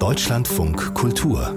Deutschlandfunk Kultur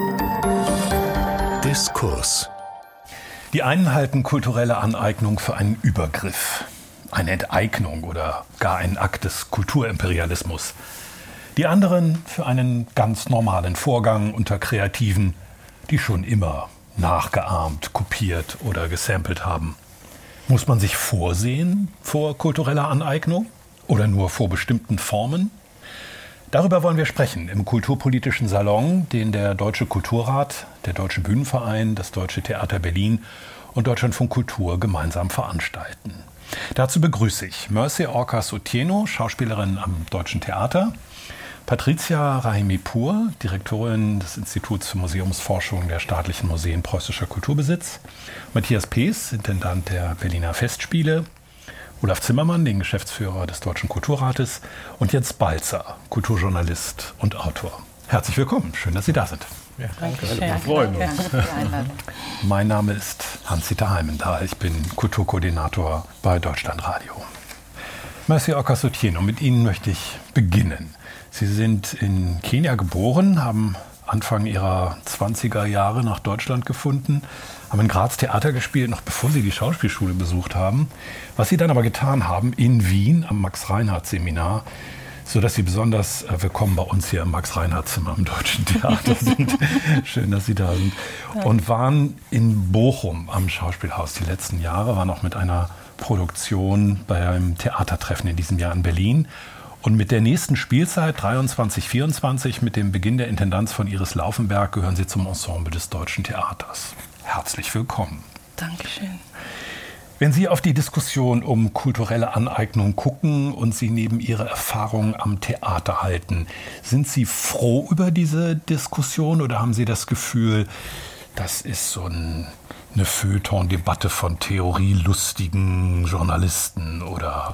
Diskurs. Die einen halten kulturelle Aneignung für einen Übergriff, eine Enteignung oder gar einen Akt des Kulturimperialismus. Die anderen für einen ganz normalen Vorgang unter Kreativen, die schon immer nachgeahmt, kopiert oder gesampelt haben. Muss man sich vorsehen vor kultureller Aneignung oder nur vor bestimmten Formen? Darüber wollen wir sprechen im Kulturpolitischen Salon, den der Deutsche Kulturrat, der Deutsche Bühnenverein, das Deutsche Theater Berlin und Deutschlandfunk Kultur gemeinsam veranstalten. Dazu begrüße ich Mercy Orcas-Otieno, Schauspielerin am Deutschen Theater, Patricia Rahimi-Pur, Direktorin des Instituts für Museumsforschung der Staatlichen Museen Preußischer Kulturbesitz, Matthias Pees, Intendant der Berliner Festspiele, Olaf Zimmermann, den Geschäftsführer des Deutschen Kulturrates, und Jens Balzer, Kulturjournalist und Autor. Herzlich willkommen, schön, dass Sie da sind. Ja, danke. Wir freuen uns. Mein Name ist Hans-Dieter Heimendahl, ich bin Kulturkoordinator bei Deutschlandradio. Mercy Orcas-Otieno, mit Ihnen möchte ich beginnen. Sie sind in Kenia geboren, haben Anfang Ihrer 20er Jahre nach Deutschland gefunden, haben in Graz Theater gespielt, noch bevor Sie die Schauspielschule besucht haben. Was Sie dann aber getan haben in Wien am Max-Reinhardt-Seminar, sodass Sie besonders willkommen bei uns hier im Max-Reinhardt-Zimmer im Deutschen Theater sind. Schön, dass Sie da sind. Und waren in Bochum am Schauspielhaus die letzten Jahre, waren auch mit einer Produktion beim Theatertreffen in diesem Jahr in Berlin. Und mit der nächsten Spielzeit, 23/24, mit dem Beginn der Intendanz von Iris Laufenberg, gehören Sie zum Ensemble des Deutschen Theaters. Herzlich willkommen. Dankeschön. Wenn Sie auf die Diskussion um kulturelle Aneignung gucken und Sie neben Ihre Erfahrungen am Theater halten, sind Sie froh über diese Diskussion oder haben Sie das Gefühl, das ist so eine Feuilleton-Debatte von theorielustigen Journalisten oder?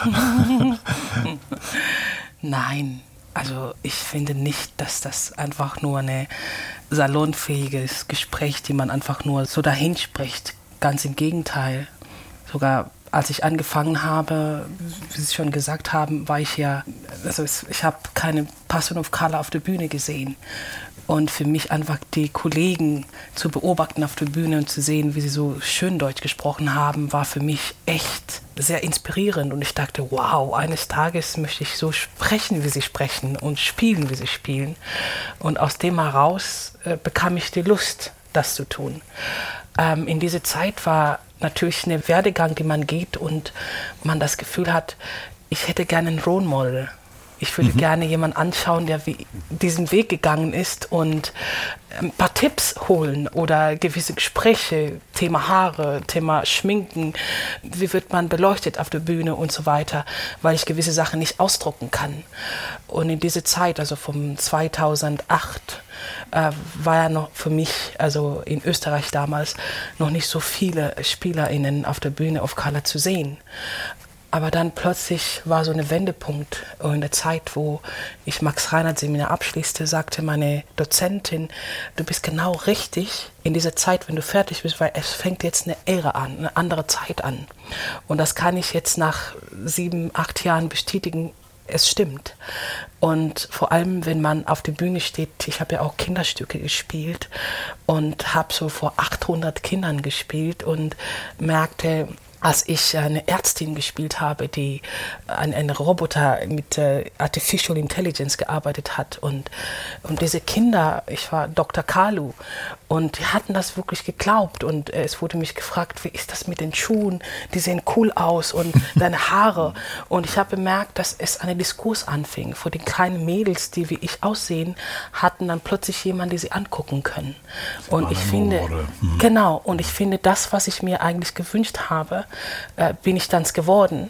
Nein, also ich finde nicht, dass das einfach nur ein salonfähiges Gespräch, die man einfach nur so dahin spricht. Ganz im Gegenteil. Sogar als ich angefangen habe, wie Sie schon gesagt haben, war ich ja, ich habe keine Passion of Color auf der Bühne gesehen. Und für mich einfach die Kollegen zu beobachten auf der Bühne und zu sehen, wie sie so schön Deutsch gesprochen haben, war für mich echt sehr inspirierend. Und ich dachte, wow, eines Tages möchte ich so sprechen, wie sie sprechen und spielen, wie sie spielen. Und aus dem heraus bekam ich die Lust, das zu tun. In dieser Zeit war natürlich ein Werdegang, den man geht und man das Gefühl hat, ich hätte gerne ein Role Model. Ich würde gerne jemanden anschauen, der diesen Weg gegangen ist und ein paar Tipps holen oder gewisse Gespräche, Thema Haare, Thema Schminken, wie wird man beleuchtet auf der Bühne und so weiter, weil ich gewisse Sachen nicht ausdrucken kann. Und in dieser Zeit, also vom 2008, war ja noch für mich, also in Österreich damals, noch nicht so viele SpielerInnen auf der Bühne of Color zu sehen. Aber dann plötzlich war so ein Wendepunkt in der Zeit, wo ich Max-Reinhardt-Seminar abschließte, sagte meine Dozentin, du bist genau richtig in dieser Zeit, wenn du fertig bist, weil es fängt jetzt eine Ära an, eine andere Zeit an. Und das kann ich jetzt nach 7, 8 Jahren bestätigen, es stimmt. Und vor allem, wenn man auf der Bühne steht, ich habe ja auch Kinderstücke gespielt und habe so vor 800 Kindern gespielt und merkte, als ich eine Ärztin gespielt habe, die an einem Roboter mit Artificial Intelligence gearbeitet hat. Und diese Kinder, ich war Dr. Kalu, und die hatten das wirklich geglaubt. Und es wurde mich gefragt, wie ist das mit den Schuhen? Die sehen cool aus und deine Haare. Und ich habe bemerkt, dass es einen Diskurs anfing. Vor den kleinen Mädels, die wie ich aussehen, hatten dann plötzlich jemanden, die sie angucken können. Und ich finde, genau, und ich finde, das, was ich mir eigentlich gewünscht habe, bin ich dann geworden.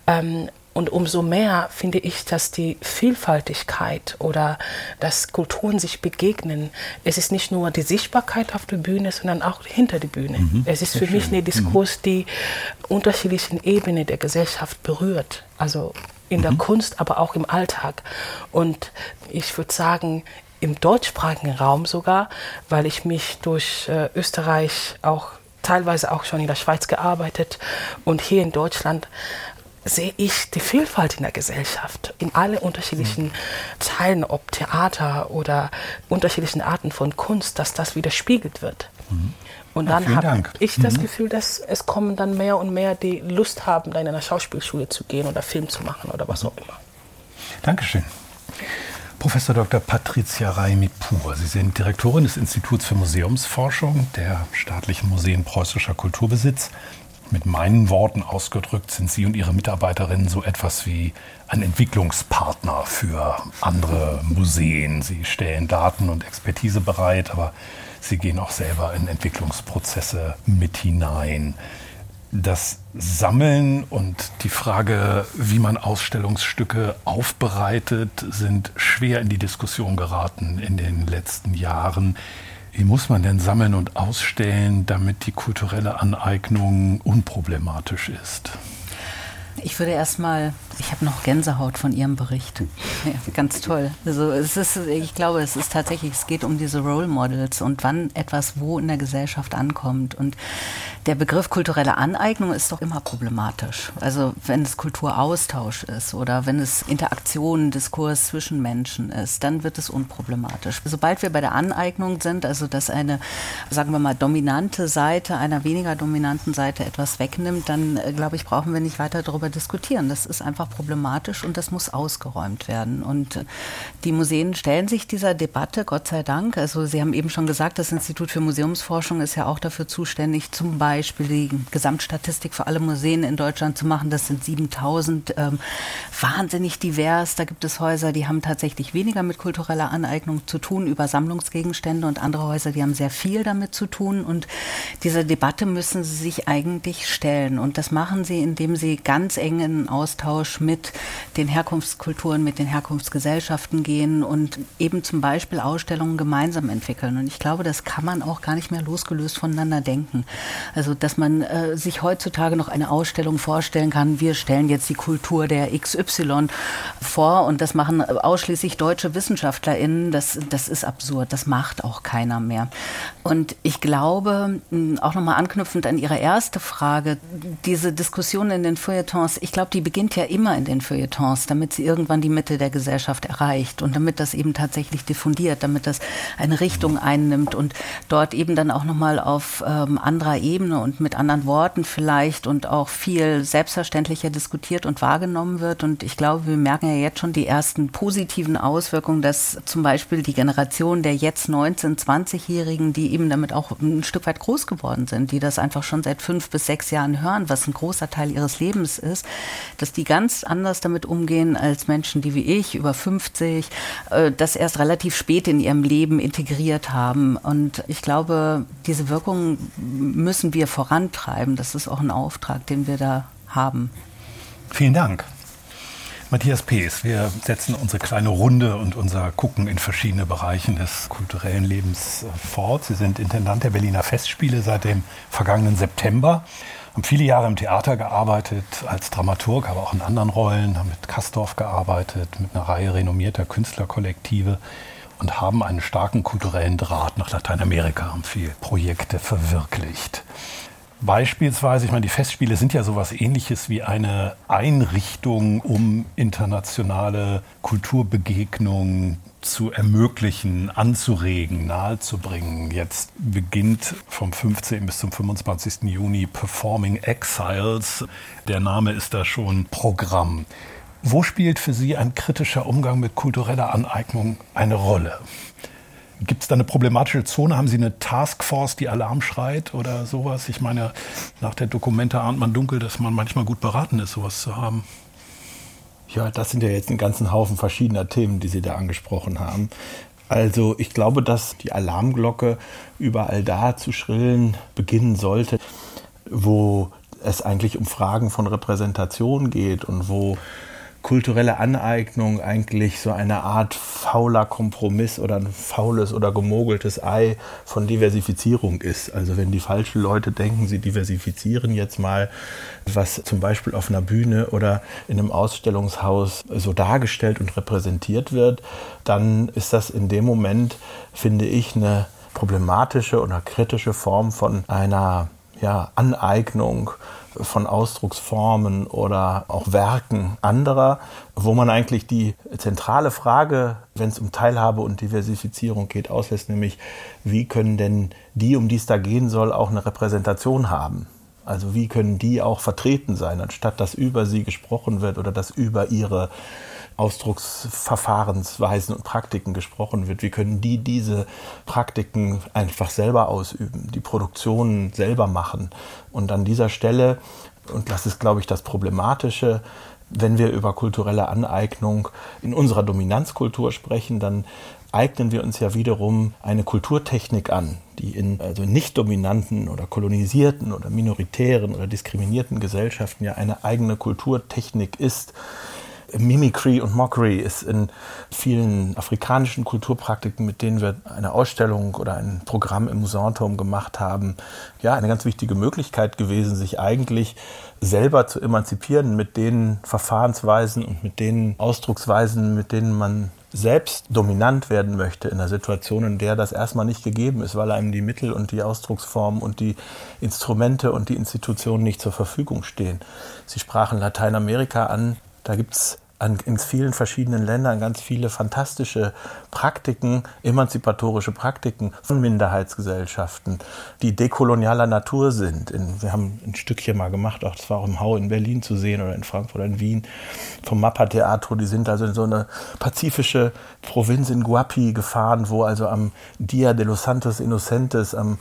Und umso mehr finde ich, dass die Vielfaltigkeit oder dass Kulturen sich begegnen, es ist nicht nur die Sichtbarkeit auf der Bühne, sondern auch hinter der Bühne. Es ist für mich ein Diskurs, die unterschiedlichen Ebenen der Gesellschaft berührt. Also in der Kunst, aber auch im Alltag. Und ich würde sagen, im deutschsprachigen Raum sogar, weil ich mich durch Österreich auch teilweise auch schon in der Schweiz gearbeitet und hier in Deutschland sehe ich die Vielfalt in der Gesellschaft, in alle unterschiedlichen Teilen, ob Theater oder unterschiedlichen Arten von Kunst, dass das widerspiegelt wird. Und dann habe ich das Gefühl, dass es kommen dann mehr und mehr, die Lust haben, in einer Schauspielschule zu gehen oder Film zu machen oder was auch immer. Dankeschön. Professor Dr. Patricia Raimi-Pur, Sie sind Direktorin des Instituts für Museumsforschung der Staatlichen Museen Preußischer Kulturbesitz. Mit meinen Worten ausgedrückt sind Sie und Ihre Mitarbeiterinnen so etwas wie ein Entwicklungspartner für andere Museen. Sie stellen Daten und Expertise bereit, aber Sie gehen auch selber in Entwicklungsprozesse mit hinein. Das Sammeln und die Frage, wie man Ausstellungsstücke aufbereitet, sind schwer in die Diskussion geraten in den letzten Jahren. Wie muss man denn sammeln und ausstellen, damit die kulturelle Aneignung unproblematisch ist? Ich würde erstmal, ich habe noch Gänsehaut von Ihrem Bericht. Ja, ganz toll. Also ich glaube, es ist tatsächlich, es geht um diese Role Models und wann etwas wo in der Gesellschaft ankommt. Und der Begriff kulturelle Aneignung ist doch immer problematisch. Also wenn es Kulturaustausch ist oder wenn es Interaktion, Diskurs zwischen Menschen ist, dann wird es unproblematisch. Sobald wir bei der Aneignung sind, also dass eine, sagen wir mal, dominante Seite einer weniger dominanten Seite etwas wegnimmt, dann glaube ich, brauchen wir nicht weiter darüber diskutieren. Das ist einfach problematisch und das muss ausgeräumt werden. Und die Museen stellen sich dieser Debatte, Gott sei Dank. Also Sie haben eben schon gesagt, das Institut für Museumsforschung ist ja auch dafür zuständig, zum Beispiel die Gesamtstatistik für alle Museen in Deutschland zu machen. Das sind 7000, wahnsinnig divers. Da gibt es Häuser, die haben tatsächlich weniger mit kultureller Aneignung zu tun, über Sammlungsgegenstände, und andere Häuser, die haben sehr viel damit zu tun. Und diese Debatte müssen sie sich eigentlich stellen. Und das machen sie, indem sie ganz engen Austausch mit den Herkunftskulturen, mit den Herkunftsgesellschaften gehen und eben zum Beispiel Ausstellungen gemeinsam entwickeln. Und ich glaube, das kann man auch gar nicht mehr losgelöst voneinander denken. Also, dass man sich heutzutage noch eine Ausstellung vorstellen kann, wir stellen jetzt die Kultur der XY vor und das machen ausschließlich deutsche WissenschaftlerInnen, das ist absurd, das macht auch keiner mehr. Und ich glaube, auch nochmal anknüpfend an Ihre erste Frage, diese Diskussion in den Feuilletons, ich glaube, die beginnt ja immer in den Feuilletons, damit sie irgendwann die Mitte der Gesellschaft erreicht und damit das eben tatsächlich diffundiert, damit das eine Richtung einnimmt und dort eben dann auch nochmal auf anderer Ebene und mit anderen Worten vielleicht und auch viel selbstverständlicher diskutiert und wahrgenommen wird. Und ich glaube, wir merken ja jetzt schon die ersten positiven Auswirkungen, dass zum Beispiel die Generation der jetzt 19-, 20-Jährigen, die eben damit auch ein Stück weit groß geworden sind, die das einfach schon seit 5 bis 6 Jahren hören, was ein großer Teil ihres Lebens ist, dass die ganz anders damit umgehen als Menschen, die wie ich, über 50, das erst relativ spät in ihrem Leben integriert haben. Und ich glaube, diese Wirkung müssen wir vorantreiben. Das ist auch ein Auftrag, den wir da haben. Vielen Dank. Matthias Pees, wir setzen unsere kleine Runde und unser Gucken in verschiedene Bereiche des kulturellen Lebens fort. Sie sind Intendant der Berliner Festspiele seit dem vergangenen September, haben viele Jahre im Theater gearbeitet, als Dramaturg, aber auch in anderen Rollen, haben mit Castorf gearbeitet, mit einer Reihe renommierter Künstlerkollektive und haben einen starken kulturellen Draht nach Lateinamerika, haben viele Projekte verwirklicht. Beispielsweise, ich meine, die Festspiele sind ja sowas Ähnliches wie eine Einrichtung, um internationale Kulturbegegnungen zu ermöglichen, anzuregen, nahezubringen. Jetzt beginnt vom 15. bis zum 25. Juni Performing Exiles. Der Name ist da schon Programm. Wo spielt für Sie ein kritischer Umgang mit kultureller Aneignung eine Rolle? Gibt es da eine problematische Zone? Haben Sie eine Taskforce, die Alarm schreit oder sowas? Ich meine, nach der Dokumente ahnt man dunkel, dass man manchmal gut beraten ist, sowas zu haben. Ja, das sind ja jetzt einen ganzen Haufen verschiedener Themen, die Sie da angesprochen haben. Also ich glaube, dass die Alarmglocke überall da zu schrillen beginnen sollte, wo es eigentlich um Fragen von Repräsentation geht und wo kulturelle Aneignung eigentlich so eine Art fauler Kompromiss oder ein faules oder gemogeltes Ei von Diversifizierung ist. Also wenn die falschen Leute denken, sie diversifizieren jetzt mal, was zum Beispiel auf einer Bühne oder in einem Ausstellungshaus so dargestellt und repräsentiert wird, dann ist das in dem Moment, finde ich, eine problematische oder kritische Form von einer Aneignung von Ausdrucksformen oder auch Werken anderer, wo man eigentlich die zentrale Frage, wenn es um Teilhabe und Diversifizierung geht, auslässt, nämlich wie können denn die, um die es da gehen soll, auch eine Repräsentation haben? Also wie können die auch vertreten sein, anstatt dass über sie gesprochen wird oder dass über ihre Ausdrucksverfahrensweisen und Praktiken gesprochen wird. Wie können die diese Praktiken einfach selber ausüben, die Produktionen selber machen? Und an dieser Stelle, und das ist, glaube ich, das Problematische, wenn wir über kulturelle Aneignung in unserer Dominanzkultur sprechen, dann eignen wir uns ja wiederum eine Kulturtechnik an, die in nicht dominanten oder kolonisierten oder minoritären oder diskriminierten Gesellschaften ja eine eigene Kulturtechnik ist. Mimicry und Mockery ist in vielen afrikanischen Kulturpraktiken, mit denen wir eine Ausstellung oder ein Programm im Musanturm gemacht haben, ja, eine ganz wichtige Möglichkeit gewesen, sich eigentlich selber zu emanzipieren mit den Verfahrensweisen und mit den Ausdrucksweisen, mit denen man selbst dominant werden möchte in einer Situation, in der das erstmal nicht gegeben ist, weil einem die Mittel und die Ausdrucksformen und die Instrumente und die Institutionen nicht zur Verfügung stehen. Sie sprachen Lateinamerika an. Da gibt es in vielen verschiedenen Ländern ganz viele fantastische Praktiken, emanzipatorische Praktiken von Minderheitsgesellschaften, die dekolonialer Natur sind. Wir haben ein Stückchen mal gemacht, auch das war auch im Hau in Berlin zu sehen oder in Frankfurt oder in Wien, vom Mappa Teatro. Die sind also in so eine pazifische Provinz in Guapi gefahren, wo also am Dia de los Santos Inocentes, am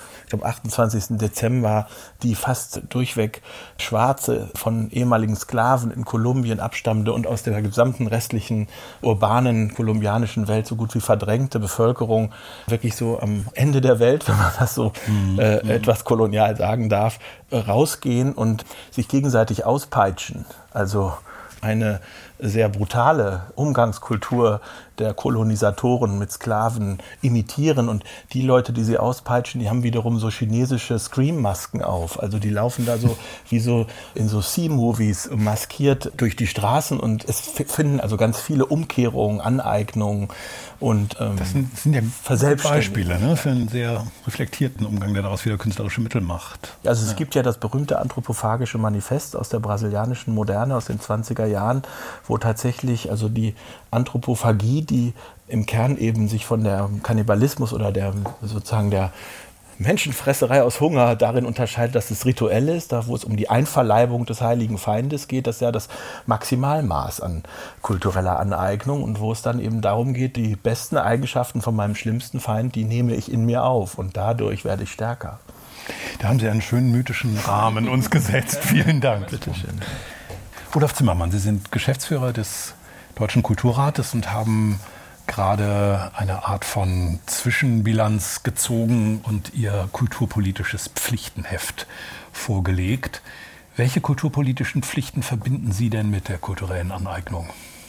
28. Dezember, die fast durchweg Schwarze von ehemaligen Sklaven in Kolumbien abstammende und aus der gesamten restlichen urbanen kolumbianischen Welt so gut wie verdrängte Bevölkerung wirklich so am Ende der Welt, wenn man das so etwas kolonial sagen darf, rausgehen und sich gegenseitig auspeitschen. Also eine sehr brutale Umgangskultur der Kolonisatoren mit Sklaven imitieren. Und die Leute, die sie auspeitschen, die haben wiederum so chinesische Scream-Masken auf. Also die laufen da so wie so in so C-Movies maskiert durch die Straßen. Und es finden also ganz viele Umkehrungen, Aneignungen und das sind ja Beispiele, ne, für einen sehr reflektierten Umgang, der daraus wieder künstlerische Mittel macht. Also es gibt ja das berühmte anthropophagische Manifest aus der brasilianischen Moderne aus den 20er Jahren, wo tatsächlich also die Anthropophagie, die im Kern eben sich von der Kannibalismus oder der sozusagen der Menschenfresserei aus Hunger darin unterscheidet, dass es rituell ist, da wo es um die Einverleibung des heiligen Feindes geht, das ist ja das Maximalmaß an kultureller Aneignung und wo es dann eben darum geht, die besten Eigenschaften von meinem schlimmsten Feind, die nehme ich in mir auf und dadurch werde ich stärker. Da haben Sie einen schönen mythischen Rahmen uns gesetzt. Vielen Dank. Bitte schön. Rudolf Zimmermann, Sie sind Geschäftsführer des Deutschen Kulturrates und haben gerade eine Art von Zwischenbilanz gezogen und Ihr kulturpolitisches Pflichtenheft vorgelegt. Welche kulturpolitischen Pflichten verbinden Sie denn mit der kulturellen Aneignung?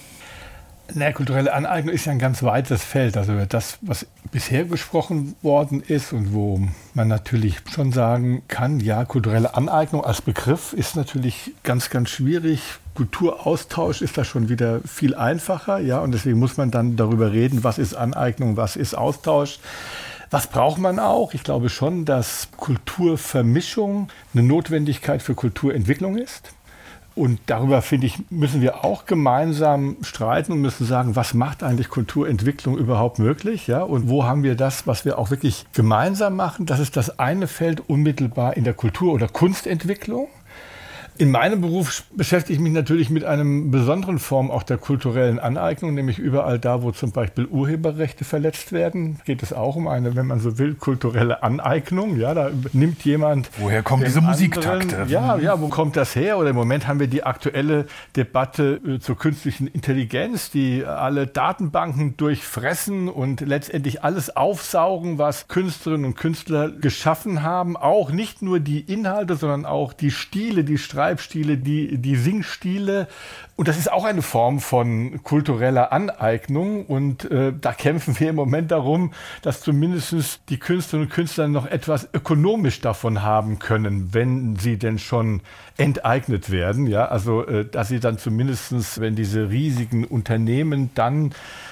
Kulturelle Aneignung ist ja ein ganz weites Feld. Also das, was bisher gesprochen worden ist und wo man natürlich schon sagen kann, ja, kulturelle Aneignung als Begriff ist natürlich ganz, ganz schwierig. Kulturaustausch ist da schon wieder viel einfacher, ja, und deswegen muss man dann darüber reden, was ist Aneignung, was ist Austausch. Was braucht man auch? Ich glaube schon, dass Kulturvermischung eine Notwendigkeit für Kulturentwicklung ist. Und darüber, finde ich, müssen wir auch gemeinsam streiten und müssen sagen, was macht eigentlich Kulturentwicklung überhaupt möglich? Ja? Und wo haben wir das, was wir auch wirklich gemeinsam machen? Das ist das eine Feld unmittelbar in der Kultur- oder Kunstentwicklung. In meinem Beruf beschäftige ich mich natürlich mit einer besonderen Form auch der kulturellen Aneignung, nämlich überall da, wo zum Beispiel Urheberrechte verletzt werden, geht es auch um eine, wenn man so will, kulturelle Aneignung. Ja, da nimmt jemand... Woher kommen diese Musiktakte? Ja, wo kommt das her? Oder im Moment haben wir die aktuelle Debatte zur künstlichen Intelligenz, die alle Datenbanken durchfressen und letztendlich alles aufsaugen, was Künstlerinnen und Künstler geschaffen haben. Auch nicht nur die Inhalte, sondern auch die Stile, die Schreibstile, die Singstile. Und das ist auch eine Form von kultureller Aneignung. Und da kämpfen wir im Moment darum, dass zumindest die Künstlerinnen und Künstler noch etwas ökonomisch davon haben können, wenn sie denn schon enteignet werden. Ja, also dass sie dann zumindest, wenn diese riesigen Unternehmen dann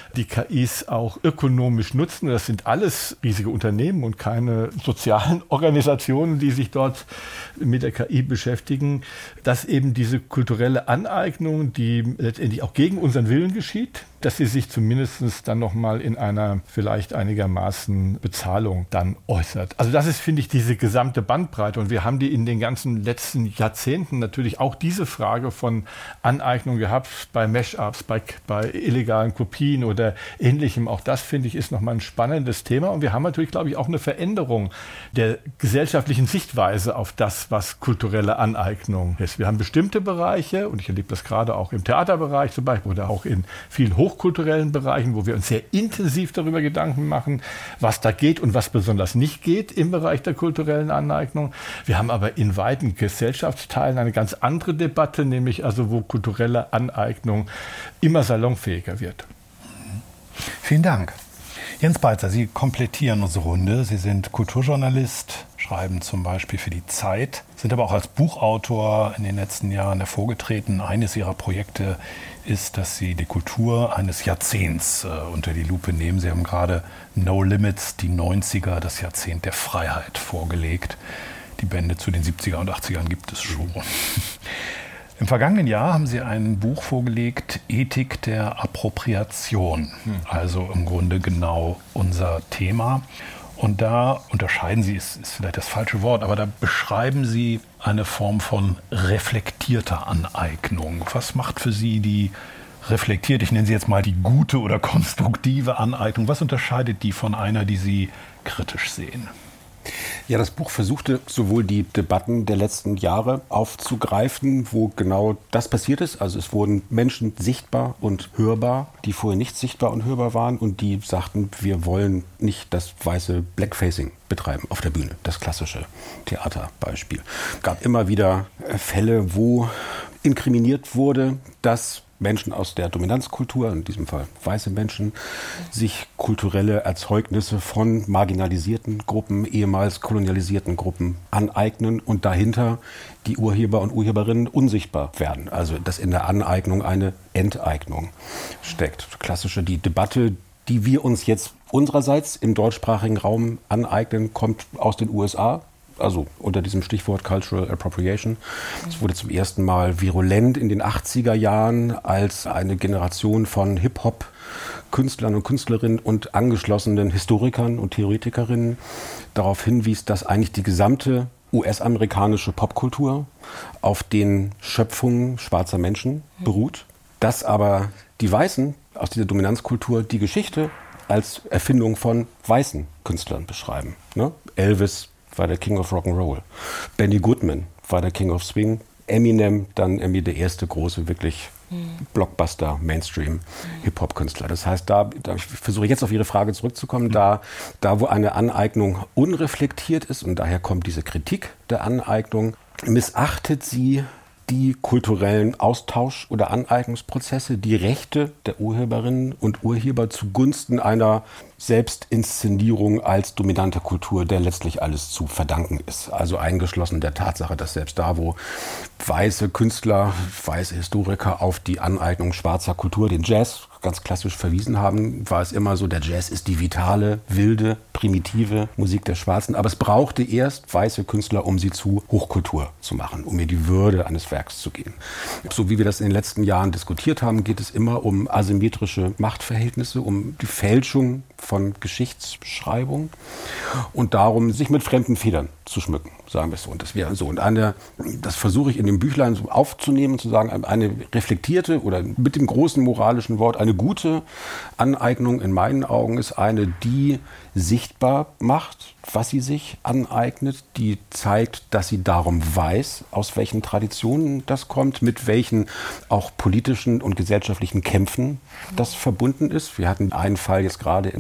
die KIs auch ökonomisch nutzen. Das sind alles riesige Unternehmen und keine sozialen Organisationen, die sich dort mit der KI beschäftigen, dass eben diese kulturelle Aneignung, die letztendlich auch gegen unseren Willen geschieht, dass sie sich zumindest dann nochmal in einer vielleicht einigermaßen Bezahlung dann äußert. Also das ist, finde ich, diese gesamte Bandbreite. Und wir haben die in den ganzen letzten Jahrzehnten natürlich auch diese Frage von Aneignung gehabt, bei Mashups, bei illegalen Kopien oder Ähnlichem. Auch das, finde ich, ist nochmal ein spannendes Thema. Und wir haben natürlich, glaube ich, auch eine Veränderung der gesellschaftlichen Sichtweise auf das, was kulturelle Aneignung ist. Wir haben bestimmte Bereiche, und ich erlebe das gerade auch im Theaterbereich zum Beispiel oder auch in vielen hochkulturellen Bereichen, wo wir uns sehr intensiv darüber Gedanken machen, was da geht und was besonders nicht geht im Bereich der kulturellen Aneignung. Wir haben aber in weiten Gesellschaftsteilen eine ganz andere Debatte, nämlich also wo kulturelle Aneignung immer salonfähiger wird. Vielen Dank. Jens Beitzer, Sie komplettieren unsere Runde. Sie sind Kulturjournalist, schreiben zum Beispiel für die Zeit, sind aber auch als Buchautor in den letzten Jahren hervorgetreten. Eines Ihrer Projekte ist, dass Sie die Kultur eines Jahrzehnts unter die Lupe nehmen. Sie haben gerade No Limits, die 90er, das Jahrzehnt der Freiheit vorgelegt. Die Bände zu den 70er und 80ern gibt es schon. Im vergangenen Jahr haben Sie ein Buch vorgelegt, Ethik der Appropriation. Also im Grunde genau unser Thema. Und da unterscheiden Sie, ist vielleicht das falsche Wort, aber da beschreiben Sie eine Form von reflektierter Aneignung. Was macht für Sie die reflektiert, ich nenne sie jetzt mal die gute oder konstruktive Aneignung? Was unterscheidet die von einer, die Sie kritisch sehen? Ja, das Buch versuchte sowohl die Debatten der letzten Jahre aufzugreifen, wo genau das passiert ist. Also es wurden Menschen sichtbar und hörbar, die vorher nicht sichtbar und hörbar waren und die sagten, wir wollen nicht das weiße Blackfacing betreiben auf der Bühne, das klassische Theaterbeispiel. Es gab immer wieder Fälle, wo inkriminiert wurde, dass Menschen aus der Dominanzkultur, in diesem Fall weiße Menschen, sich kulturelle Erzeugnisse von marginalisierten Gruppen, ehemals kolonialisierten Gruppen aneignen und dahinter die Urheber und Urheberinnen unsichtbar werden. Also dass in der Aneignung eine Enteignung steckt. Klassische, die Debatte, die wir uns jetzt unsererseits im deutschsprachigen Raum aneignen, kommt aus den USA. Also unter diesem Stichwort Cultural Appropriation. Es wurde zum ersten Mal virulent in den 80er Jahren, als eine Generation von Hip-Hop-Künstlern und Künstlerinnen und angeschlossenen Historikern und Theoretikerinnen darauf hinwies, dass eigentlich die gesamte US-amerikanische Popkultur auf den Schöpfungen schwarzer Menschen beruht, dass aber die Weißen aus dieser Dominanzkultur die Geschichte als Erfindung von weißen Künstlern beschreiben. Ne? Elvis war der King of Rock'n'Roll. Benny Goodman war der King of Swing. Eminem dann irgendwie der erste große, wirklich Blockbuster, Mainstream, Hip-Hop-Künstler. Das heißt, ich versuche jetzt auf Ihre Frage zurückzukommen, da wo eine Aneignung unreflektiert ist und daher kommt diese Kritik der Aneignung, missachtet sie die kulturellen Austausch- oder Aneignungsprozesse, die Rechte der Urheberinnen und Urheber zugunsten einer Selbstinszenierung als dominante Kultur, der letztlich alles zu verdanken ist. Also eingeschlossen der Tatsache, dass selbst da, wo weiße Künstler, weiße Historiker auf die Aneignung schwarzer Kultur, den Jazz, ganz klassisch verwiesen haben, war es immer so, der Jazz ist die vitale, wilde, primitive Musik der Schwarzen. Aber es brauchte erst weiße Künstler, um sie zu Hochkultur zu machen, um ihr die Würde eines Werks zu geben. So wie wir das in den letzten Jahren diskutiert haben, geht es immer um asymmetrische Machtverhältnisse, um die Fälschung von Geschichtsbeschreibung und darum, sich mit fremden Federn zu schmücken, sagen wir es so. Und das wäre so. Und das versuche ich in dem Büchlein so aufzunehmen, zu sagen, eine reflektierte oder mit dem großen moralischen Wort, eine gute Aneignung in meinen Augen ist eine, die sichtbar macht, was sie sich aneignet, die zeigt, dass sie darum weiß, aus welchen Traditionen das kommt, mit welchen auch politischen und gesellschaftlichen Kämpfen das verbunden ist. Wir hatten einen Fall jetzt gerade in der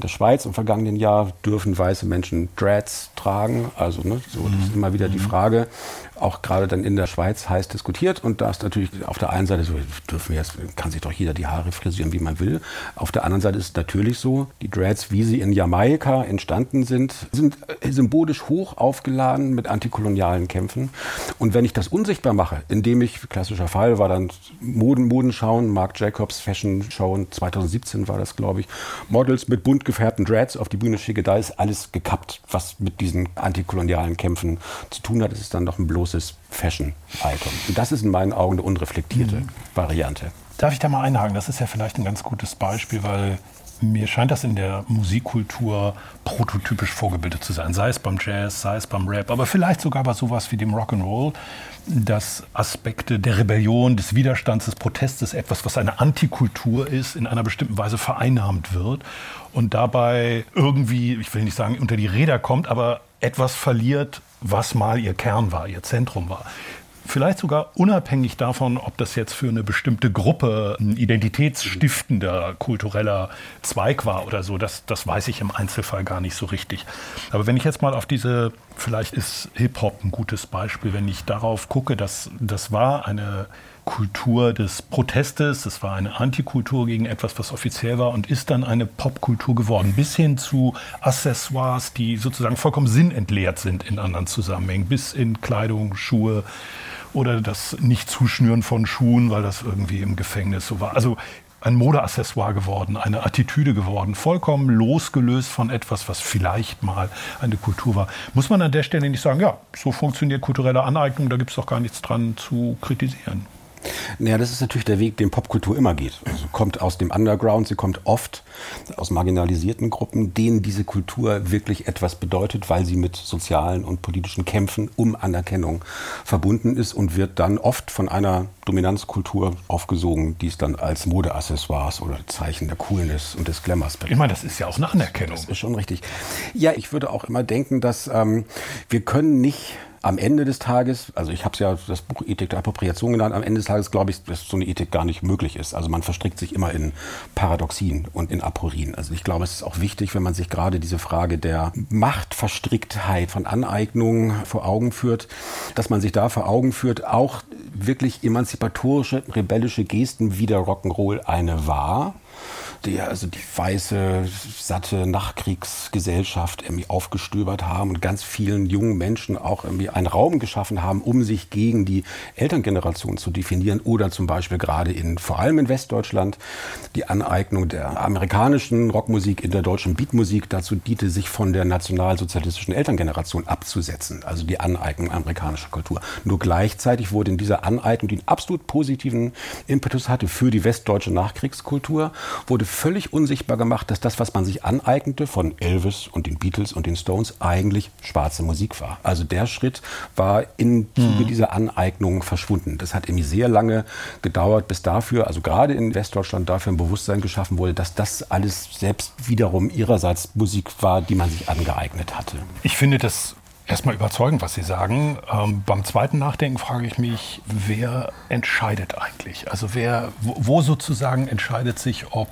der Schweiz im vergangenen Jahr, dürfen weiße Menschen Dreads tragen. Also das ist immer wieder die Frage, auch gerade dann in der Schweiz heiß diskutiert. Und da ist natürlich auf der einen Seite so, kann sich doch jeder die Haare frisieren, wie man will. Auf der anderen Seite ist es natürlich so, die Dreads, wie sie in Jamaika entstanden sind symbolisch hoch aufgeladen mit antikolonialen Kämpfen. Und wenn ich das unsichtbar mache, indem ich, klassischer Fall war dann Modenschauen, Marc Jacobs Fashion Show 2017 war das, glaube ich, Models mit bunt gefärbten Dreads auf die Bühne schicke, da ist alles gekappt, was mit diesen antikolonialen Kämpfen zu tun hat. Es ist dann doch ein bloßes Fashion-Icon. Und das ist in meinen Augen eine unreflektierte Variante. Darf ich da mal einhaken? Das ist ja vielleicht ein ganz gutes Beispiel, weil mir scheint das in der Musikkultur prototypisch vorgebildet zu sein. Sei es beim Jazz, sei es beim Rap, aber vielleicht sogar bei sowas wie dem Rock'n'Roll, dass Aspekte der Rebellion, des Widerstands, des Protestes, etwas, was eine Antikultur ist, in einer bestimmten Weise vereinnahmt wird und dabei irgendwie, ich will nicht sagen, unter die Räder kommt, aber etwas verliert, was mal ihr Kern war, ihr Zentrum war. Vielleicht sogar unabhängig davon, ob das jetzt für eine bestimmte Gruppe ein identitätsstiftender kultureller Zweig war oder so, das weiß ich im Einzelfall gar nicht so richtig. Aber wenn ich jetzt mal auf diese, vielleicht ist Hip-Hop ein gutes Beispiel, wenn ich darauf gucke, das war eine Kultur des Protestes, es war eine Antikultur gegen etwas, was offiziell war und ist dann eine Popkultur geworden, bis hin zu Accessoires, die sozusagen vollkommen sinnentleert sind in anderen Zusammenhängen, bis in Kleidung, Schuhe oder das Nicht-Zuschnüren von Schuhen, weil das irgendwie im Gefängnis so war. Also ein Modeaccessoire geworden, eine Attitüde geworden, vollkommen losgelöst von etwas, was vielleicht mal eine Kultur war. Muss man an der Stelle nicht sagen, ja, so funktioniert kulturelle Aneignung, da gibt es doch gar nichts dran zu kritisieren. Naja, das ist natürlich der Weg, den Popkultur immer geht. Also kommt aus dem Underground, sie kommt oft aus marginalisierten Gruppen, denen diese Kultur wirklich etwas bedeutet, weil sie mit sozialen und politischen Kämpfen um Anerkennung verbunden ist und wird dann oft von einer Dominanzkultur aufgesogen, die es dann als Modeaccessoires oder Zeichen der Coolness und des Glamours bedeutet. Ich meine, das ist ja auch eine Anerkennung. Das ist schon richtig. Ja, ich würde auch immer denken, dass wir können nicht am Ende des Tages, also ich habe es ja das Buch Ethik der Appropriation genannt, am Ende des Tages glaube ich, dass so eine Ethik gar nicht möglich ist. Also man verstrickt sich immer in Paradoxien und in Aporien. Also ich glaube, es ist auch wichtig, wenn man sich gerade diese Frage der Machtverstricktheit von Aneignungen vor Augen führt, dass man sich da vor Augen führt, auch wirklich emanzipatorische, rebellische Gesten wie der Rock'n'Roll eine war, die also die weiße, satte Nachkriegsgesellschaft irgendwie aufgestöbert haben und ganz vielen jungen Menschen auch irgendwie einen Raum geschaffen haben, um sich gegen die Elterngeneration zu definieren oder zum Beispiel gerade vor allem in Westdeutschland die Aneignung der amerikanischen Rockmusik in der deutschen Beatmusik dazu diente, sich von der nationalsozialistischen Elterngeneration abzusetzen, also die Aneignung amerikanischer Kultur. Nur gleichzeitig wurde in dieser Aneignung, die einen absolut positiven Impetus hatte für die westdeutsche Nachkriegskultur, wurde völlig unsichtbar gemacht, dass das, was man sich aneignete von Elvis und den Beatles und den Stones, eigentlich schwarze Musik war. Also der Schritt war im Zuge dieser Aneignung verschwunden. Das hat irgendwie sehr lange gedauert, bis dafür, also gerade in Westdeutschland, dafür ein Bewusstsein geschaffen wurde, dass das alles selbst wiederum ihrerseits Musik war, die man sich angeeignet hatte. Ich finde das erstmal überzeugend, was Sie sagen. Beim zweiten Nachdenken frage ich mich, wer entscheidet eigentlich? Also wo sozusagen entscheidet sich, ob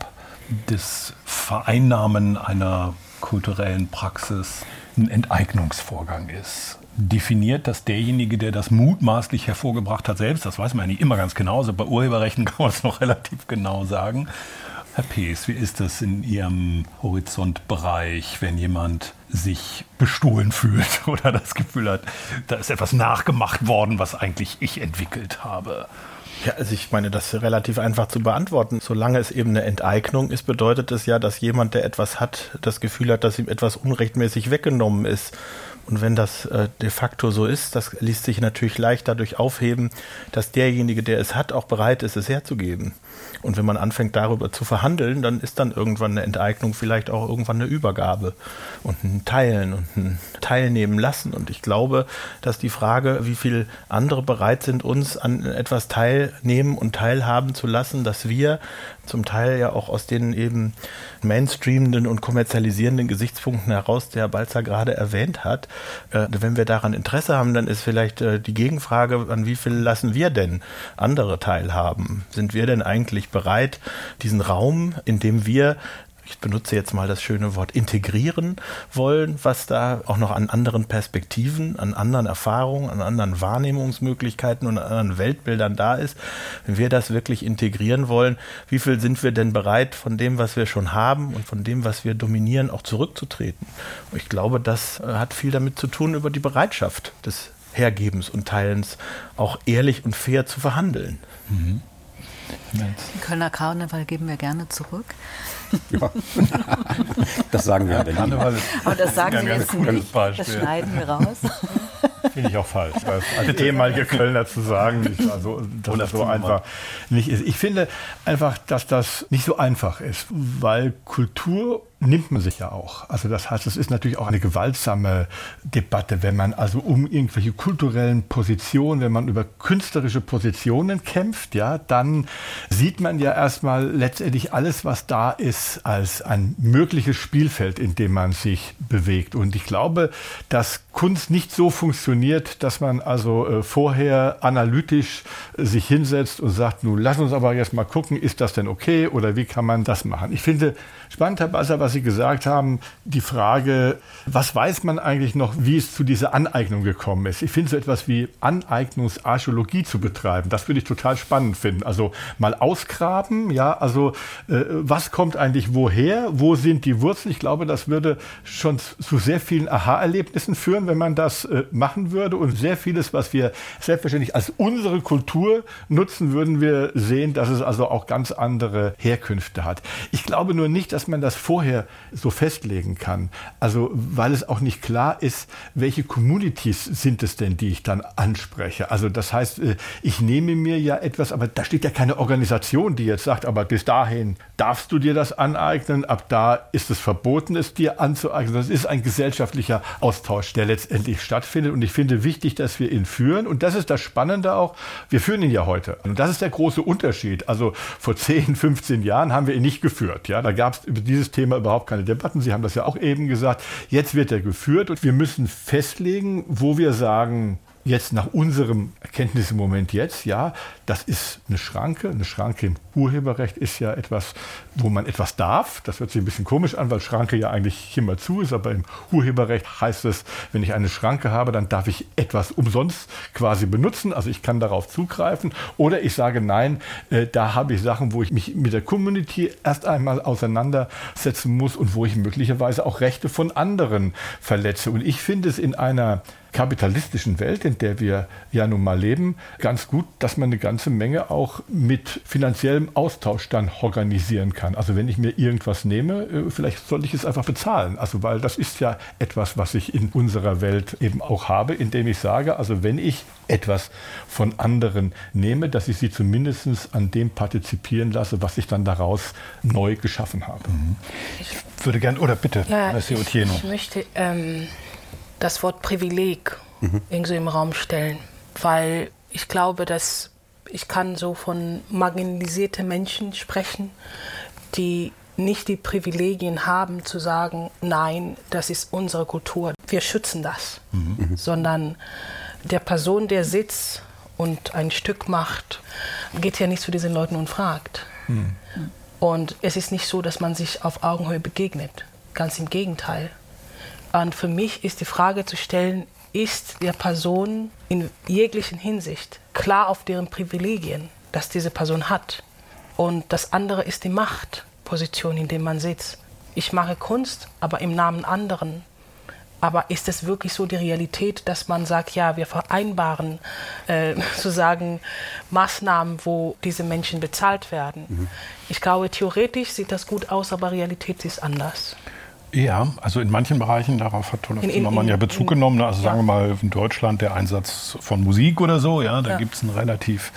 das Vereinnahmen einer kulturellen Praxis ein Enteignungsvorgang ist? Definiert das derjenige, der das mutmaßlich hervorgebracht hat, selbst? Das weiß man ja nicht immer ganz genau. Also bei Urheberrechten kann man es noch relativ genau sagen. Herr Pees, wie ist das in Ihrem Horizontbereich, wenn jemand sich bestohlen fühlt oder das Gefühl hat, da ist etwas nachgemacht worden, was eigentlich ich entwickelt habe? Ja, also ich meine, das ist relativ einfach zu beantworten. Solange es eben eine Enteignung ist, bedeutet es ja, dass jemand, der etwas hat, das Gefühl hat, dass ihm etwas unrechtmäßig weggenommen ist. Und wenn das de facto so ist, das ließ sich natürlich leicht dadurch aufheben, dass derjenige, der es hat, auch bereit ist, es herzugeben. Und wenn man anfängt, darüber zu verhandeln, dann ist dann irgendwann eine Enteignung vielleicht auch irgendwann eine Übergabe und ein Teilen und ein Teilnehmen lassen. Und ich glaube, dass die Frage, wie viel andere bereit sind, uns an etwas teilnehmen und teilhaben zu lassen, dass wir zum Teil ja auch aus den eben mainstreamenden und kommerzialisierenden Gesichtspunkten heraus, der Herr Balzer gerade erwähnt hat, wenn wir daran Interesse haben, dann ist vielleicht die Gegenfrage, an wie viel lassen wir denn andere teilhaben? Sind wir denn eigentlich bereit, diesen Raum, in dem wir ich benutze jetzt mal das schöne Wort, integrieren wollen, was da auch noch an anderen Perspektiven, an anderen Erfahrungen, an anderen Wahrnehmungsmöglichkeiten und an anderen Weltbildern da ist. Wenn wir das wirklich integrieren wollen, wie viel sind wir denn bereit, von dem, was wir schon haben und von dem, was wir dominieren, auch zurückzutreten? Und ich glaube, das hat viel damit zu tun, über die Bereitschaft des Hergebens und Teilens auch ehrlich und fair zu verhandeln. Den Kölner Karneval geben wir gerne zurück. Ja. Das sagen wir aber nie. Aber das sagen Sie jetzt nicht. Das schneiden wir raus. Finde ich auch falsch. Als ehemaliger Kölner zu sagen, dass das so einfach nicht ist. Ich finde einfach, dass das nicht so einfach ist, weil Kultur nimmt man sich ja auch. Also das heißt, es ist natürlich auch eine gewaltsame Debatte, wenn man also um irgendwelche kulturellen Positionen, wenn man über künstlerische Positionen kämpft, ja, dann sieht man ja erstmal letztendlich alles, was da ist, als ein mögliches Spielfeld, in dem man sich bewegt. Und ich glaube, dass Kunst nicht so funktioniert, dass man also vorher analytisch sich hinsetzt und sagt, nun lass uns aber jetzt mal gucken, ist das denn okay oder wie kann man das machen? Ich finde spannend, Herr Basser, was Sie gesagt haben, die Frage, was weiß man eigentlich noch, wie es zu dieser Aneignung gekommen ist? Ich finde so etwas wie Aneignungsarchäologie zu betreiben, das würde ich total spannend finden. Also mal ausgraben, ja, also was kommt eigentlich woher, wo sind die Wurzeln? Ich glaube, das würde schon zu sehr vielen Aha-Erlebnissen führen, wenn man das machen würde und sehr vieles, was wir selbstverständlich als unsere Kultur nutzen, würden wir sehen, dass es also auch ganz andere Herkünfte hat. Ich glaube nur nicht, dass man das vorher so festlegen kann. Also, weil es auch nicht klar ist, welche Communities sind es denn, die ich dann anspreche. Also, das heißt, ich nehme mir ja etwas, aber da steht ja keine Organisation, die jetzt sagt, aber bis dahin darfst du dir das aneignen, ab da ist es verboten, es dir anzueignen. Das ist ein gesellschaftlicher Austausch, der letztendlich stattfindet. Und ich finde wichtig, dass wir ihn führen. Und das ist das Spannende auch. Wir führen ihn ja heute. Und das ist der große Unterschied. Also, vor 10, 15 Jahren haben wir ihn nicht geführt. Ja, da gab es über dieses Thema überhaupt keine Debatten. Sie haben das ja auch eben gesagt. Jetzt wird er geführt und wir müssen festlegen, wo wir sagen, jetzt nach unserem Erkenntnis im Moment jetzt, ja, das ist eine Schranke. Eine Schranke im Urheberrecht ist ja etwas, wo man etwas darf. Das hört sich ein bisschen komisch an, weil Schranke ja eigentlich immer zu ist. Aber im Urheberrecht heißt es, wenn ich eine Schranke habe, dann darf ich etwas umsonst quasi benutzen. Also ich kann darauf zugreifen. Oder ich sage, nein, da habe ich Sachen, wo ich mich mit der Community erst einmal auseinandersetzen muss und wo ich möglicherweise auch Rechte von anderen verletze. Und ich finde es in einer kapitalistischen Welt, in der wir ja nun mal leben, ganz gut, dass man eine ganze Menge auch mit finanziellem Austausch dann organisieren kann. Also wenn ich mir irgendwas nehme, vielleicht soll ich es einfach bezahlen. Also weil das ist ja etwas, was ich in unserer Welt eben auch habe, indem ich sage, also wenn ich etwas von anderen nehme, dass ich sie zumindest an dem partizipieren lasse, was ich dann daraus neu geschaffen habe. Ich würde gerne, oder bitte, ich möchte das Wort Privileg irgendwie im Raum stellen, weil ich glaube, dass ich kann so von marginalisierten Menschen sprechen, die nicht die Privilegien haben zu sagen, nein, das ist unsere Kultur, wir schützen das, sondern der Person, der sitzt und ein Stück macht, geht ja nicht zu diesen Leuten und fragt. Und es ist nicht so, dass man sich auf Augenhöhe begegnet, ganz im Gegenteil. Und für mich ist die Frage zu stellen, ist der Person in jeglicher Hinsicht klar auf deren Privilegien, dass diese Person hat. Und das andere ist die Machtposition, in der man sitzt. Ich mache Kunst, aber im Namen anderen. Aber ist es wirklich so die Realität, dass man sagt, ja, wir vereinbaren sozusagen Maßnahmen, wo diese Menschen bezahlt werden? Ich glaube, theoretisch sieht das gut aus, aber Realität ist anders. Ja, also in manchen Bereichen, darauf hat Olaf Zimmermann ja Bezug genommen. Also sagen wir mal in Deutschland der Einsatz von Musik oder so, ja, da gibt es ein relativ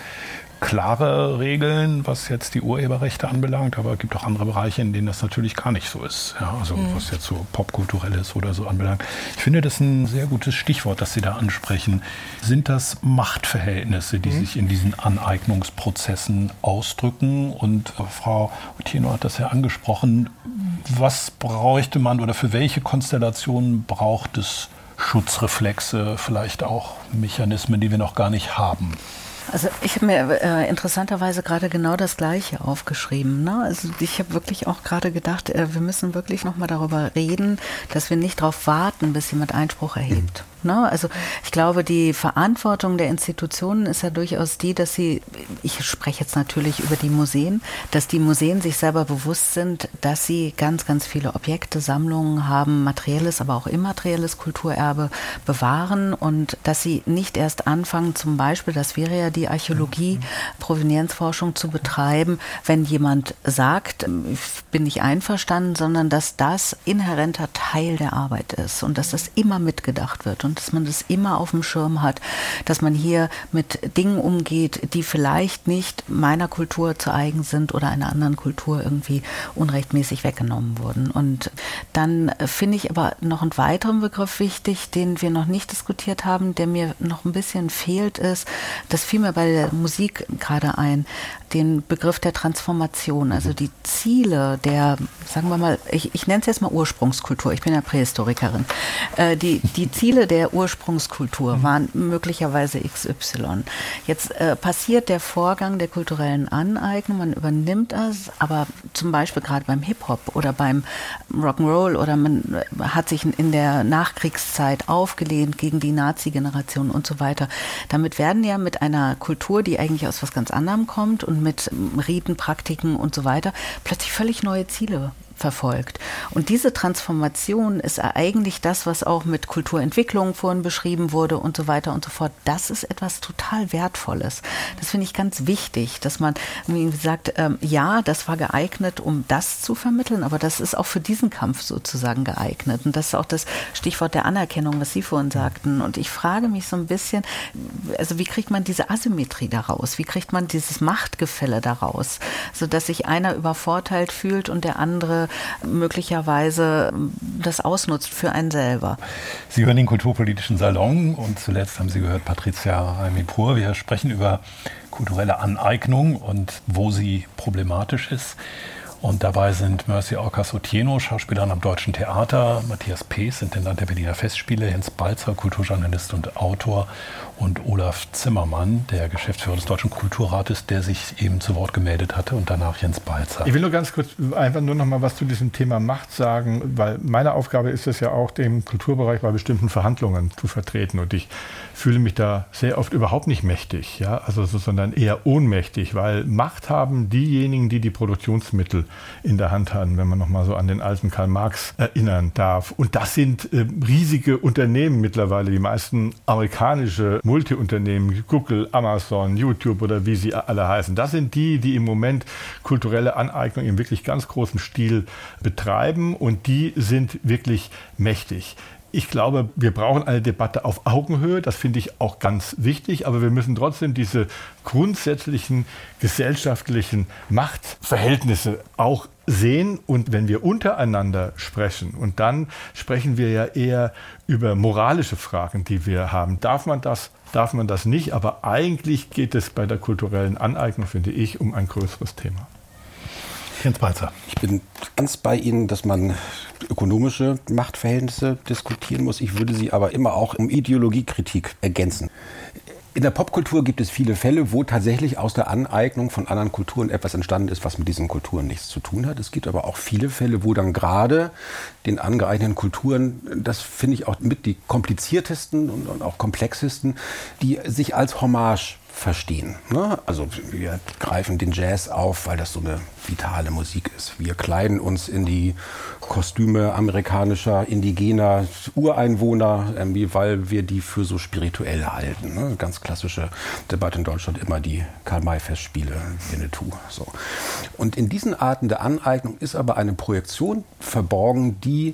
klare Regeln, was jetzt die Urheberrechte anbelangt, aber es gibt auch andere Bereiche, in denen das natürlich gar nicht so ist. Ja, also was jetzt so Popkulturelles oder so anbelangt. Ich finde das ein sehr gutes Stichwort, das Sie da ansprechen. Sind das Machtverhältnisse, die sich in diesen Aneignungsprozessen ausdrücken? Und Frau Otieno hat das ja angesprochen. Was bräuchte man oder für welche Konstellationen braucht es Schutzreflexe, vielleicht auch Mechanismen, die wir noch gar nicht haben? Also ich habe mir interessanterweise gerade genau das Gleiche aufgeschrieben. Ne? Also ich habe wirklich auch gerade gedacht, wir müssen wirklich nochmal darüber reden, dass wir nicht darauf warten, bis jemand Einspruch erhebt. Ne? Also ich glaube, die Verantwortung der Institutionen ist ja durchaus die, dass sie, ich spreche jetzt natürlich über die Museen, dass die Museen sich selber bewusst sind, dass sie ganz, ganz viele Objekte, Sammlungen haben, materielles, aber auch immaterielles Kulturerbe bewahren und dass sie nicht erst anfangen, zum Beispiel, das wäre ja die Archäologie, Provenienzforschung zu betreiben, wenn jemand sagt, ich bin nicht einverstanden, sondern dass das inhärenter Teil der Arbeit ist und dass das immer mitgedacht wird. Und dass man das immer auf dem Schirm hat, dass man hier mit Dingen umgeht, die vielleicht nicht meiner Kultur zu eigen sind oder einer anderen Kultur irgendwie unrechtmäßig weggenommen wurden. Und dann finde ich aber noch einen weiteren Begriff wichtig, den wir noch nicht diskutiert haben, der mir noch ein bisschen fehlt, ist, das fiel mir bei der Musik gerade ein, den Begriff der Transformation, also die Ziele der, sagen wir mal, ich nenne es jetzt mal Ursprungskultur, ich bin ja Prähistorikerin, die Ziele der Ursprungskultur waren möglicherweise XY. Jetzt passiert der Vorgang der kulturellen Aneignung, man übernimmt das, aber zum Beispiel gerade beim Hip-Hop oder beim Rock'n'Roll oder man hat sich in der Nachkriegszeit aufgelehnt gegen die Nazi-Generation und so weiter. Damit werden ja mit einer Kultur, die eigentlich aus was ganz anderem kommt und mit Riten, Praktiken und so weiter, plötzlich völlig neue Ziele verfolgt. Und diese Transformation ist eigentlich das, was auch mit Kulturentwicklung vorhin beschrieben wurde und so weiter und so fort. Das ist etwas total Wertvolles. Das finde ich ganz wichtig, dass man irgendwie sagt, ja, das war geeignet, um das zu vermitteln, aber das ist auch für diesen Kampf sozusagen geeignet. Und das ist auch das Stichwort der Anerkennung, was Sie vorhin sagten. Und ich frage mich so ein bisschen, also wie kriegt man diese Asymmetrie daraus? Wie kriegt man dieses Machtgefälle daraus? Sodass sich einer übervorteilt fühlt und der andere möglicherweise das ausnutzt für einen selber. Sie hören den Kulturpolitischen Salon und zuletzt haben Sie gehört Patricia Raimipur. Wir sprechen über kulturelle Aneignung und wo sie problematisch ist. Und dabei sind Mercy Orcas-Otieno, Schauspielerin am Deutschen Theater, Matthias Pees, Intendant der Berliner Festspiele, Jens Balzer, Kulturjournalist und Autor und Olaf Zimmermann, der Geschäftsführer des Deutschen Kulturrates, der sich eben zu Wort gemeldet hatte und danach Jens Balzer. Ich will nur ganz kurz einfach nur noch mal was zu diesem Thema Macht sagen, weil meine Aufgabe ist es ja auch, den Kulturbereich bei bestimmten Verhandlungen zu vertreten und ich fühle mich da sehr oft überhaupt nicht mächtig, ja, also sondern eher ohnmächtig, weil Macht haben diejenigen, die die Produktionsmittel in der Hand haben, wenn man noch mal so an den alten Karl Marx erinnern darf. Und das sind riesige Unternehmen mittlerweile, die meisten amerikanische Multiunternehmen, Google, Amazon, YouTube oder wie sie alle heißen. Das sind die, die im Moment kulturelle Aneignung im wirklich ganz großen Stil betreiben und die sind wirklich mächtig. Ich glaube, wir brauchen eine Debatte auf Augenhöhe, das finde ich auch ganz wichtig, aber wir müssen trotzdem diese grundsätzlichen gesellschaftlichen Machtverhältnisse auch sehen. Und wenn wir untereinander sprechen, und dann sprechen wir ja eher über moralische Fragen, die wir haben. Darf man das nicht? Aber eigentlich geht es bei der kulturellen Aneignung, finde ich, um ein größeres Thema. Jens Balzer. Ich bin ganz bei Ihnen, dass man ökonomische Machtverhältnisse diskutieren muss. Ich würde sie aber immer auch um Ideologiekritik ergänzen. In der Popkultur gibt es viele Fälle, wo tatsächlich aus der Aneignung von anderen Kulturen etwas entstanden ist, was mit diesen Kulturen nichts zu tun hat. Es gibt aber auch viele Fälle, wo dann gerade den angeeigneten Kulturen, das finde ich auch mit die kompliziertesten und auch komplexesten, die sich als Hommage verstehen. Ne? Also wir greifen den Jazz auf, weil das so eine vitale Musik ist. Wir kleiden uns in die Kostüme amerikanischer, indigener Ureinwohner, weil wir die für so spirituell halten. Ne? Ganz klassische Debatte in Deutschland, immer die Karl-May-Festspiele, Winnetou. So. Und in diesen Arten der Aneignung ist aber eine Projektion verborgen, die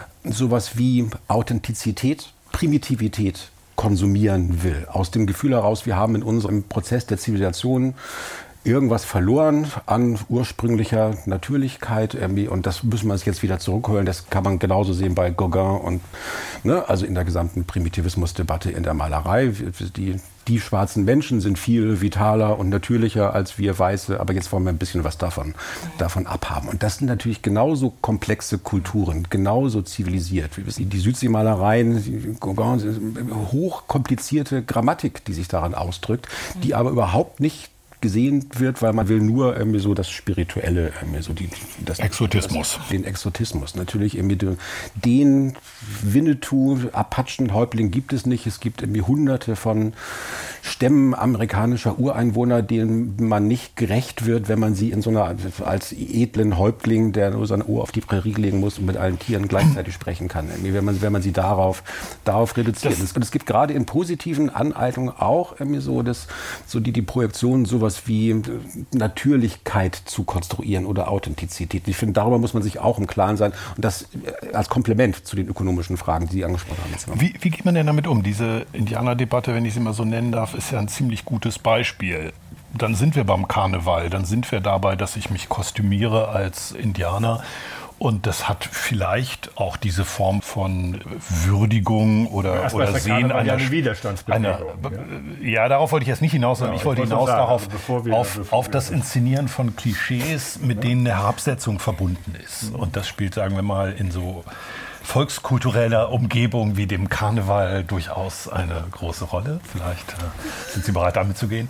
sowas wie Authentizität, Primitivität konsumieren will. Aus dem Gefühl heraus, wir haben in unserem Prozess der Zivilisation irgendwas verloren an ursprünglicher Natürlichkeit irgendwie, und das müssen wir uns jetzt wieder zurückholen. Das kann man genauso sehen bei Gauguin und also in der gesamten Primitivismusdebatte in der Malerei. Die die schwarzen Menschen sind viel vitaler und natürlicher als wir Weiße, aber jetzt wollen wir ein bisschen was davon abhaben. Und das sind natürlich genauso komplexe Kulturen, genauso zivilisiert. Die Südseemalereien, die hochkomplizierte Grammatik, die sich daran ausdrückt, die aber überhaupt nicht gesehen wird, weil man will nur irgendwie so das Spirituelle, irgendwie so das Exotismus. Den Exotismus. Natürlich irgendwie den Winnetou, Apachen-Häuptling gibt es nicht. Es gibt irgendwie hunderte von Stämmen amerikanischer Ureinwohner, denen man nicht gerecht wird, wenn man sie in so einer, als edlen Häuptling, der nur sein Ohr auf die Prärie legen muss und mit allen Tieren gleichzeitig sprechen kann. Irgendwie, wenn man sie darauf reduziert. Und es gibt gerade in positiven Aneignungen auch irgendwie so die Projektion, sowas wie Natürlichkeit zu konstruieren oder Authentizität. Ich finde, darüber muss man sich auch im Klaren sein. Und das als Komplement zu den ökonomischen Fragen, die Sie angesprochen haben. Wie geht man denn damit um? Diese Indianerdebatte, wenn ich sie mal so nennen darf, ist ja ein ziemlich gutes Beispiel. Dann sind wir beim Karneval, dann sind wir dabei, dass ich mich kostümiere als Indianer. Und das hat vielleicht auch diese Form von Würdigung oder Sehen einer Widerstandsbewegung. Ja, darauf wollte ich jetzt nicht hinaus, sondern ich wollte hinaus darauf, auf das Inszenieren von Klischees, mit denen eine Herabsetzung verbunden ist. Und das spielt, sagen wir mal, in so volkskultureller Umgebung wie dem Karneval durchaus eine große Rolle. Vielleicht sind Sie bereit, damit zu gehen.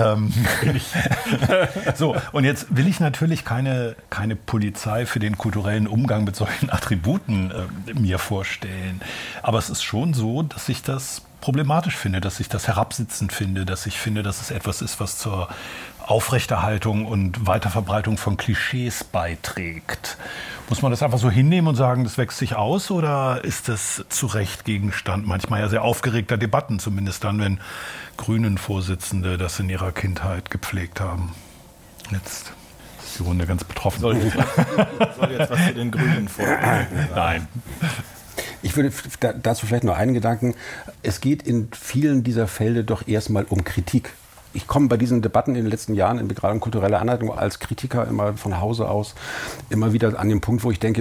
So, und jetzt will ich natürlich keine Polizei für den kulturellen Umgang mit solchen Attributen mir vorstellen. Aber es ist schon so, dass ich das problematisch finde, dass ich das herabsitzend finde, dass ich finde, dass es etwas ist, was zur Aufrechterhaltung und Weiterverbreitung von Klischees beiträgt. Muss man das einfach so hinnehmen und sagen, das wächst sich aus, oder ist das zu Recht Gegenstand manchmal ja sehr aufgeregter Debatten, zumindest dann, wenn Grünen-Vorsitzende das in ihrer Kindheit gepflegt haben? Jetzt ist die Runde ganz betroffen. Soll jetzt was zu den Grünen vorstellen? Nein. Ich würde dazu vielleicht noch einen Gedanken. Es geht in vielen dieser Fälle doch erstmal um Kritik. Ich komme bei diesen Debatten in den letzten Jahren, gerade in kultureller Anleitung, als Kritiker immer von Hause aus immer wieder an den Punkt, wo ich denke,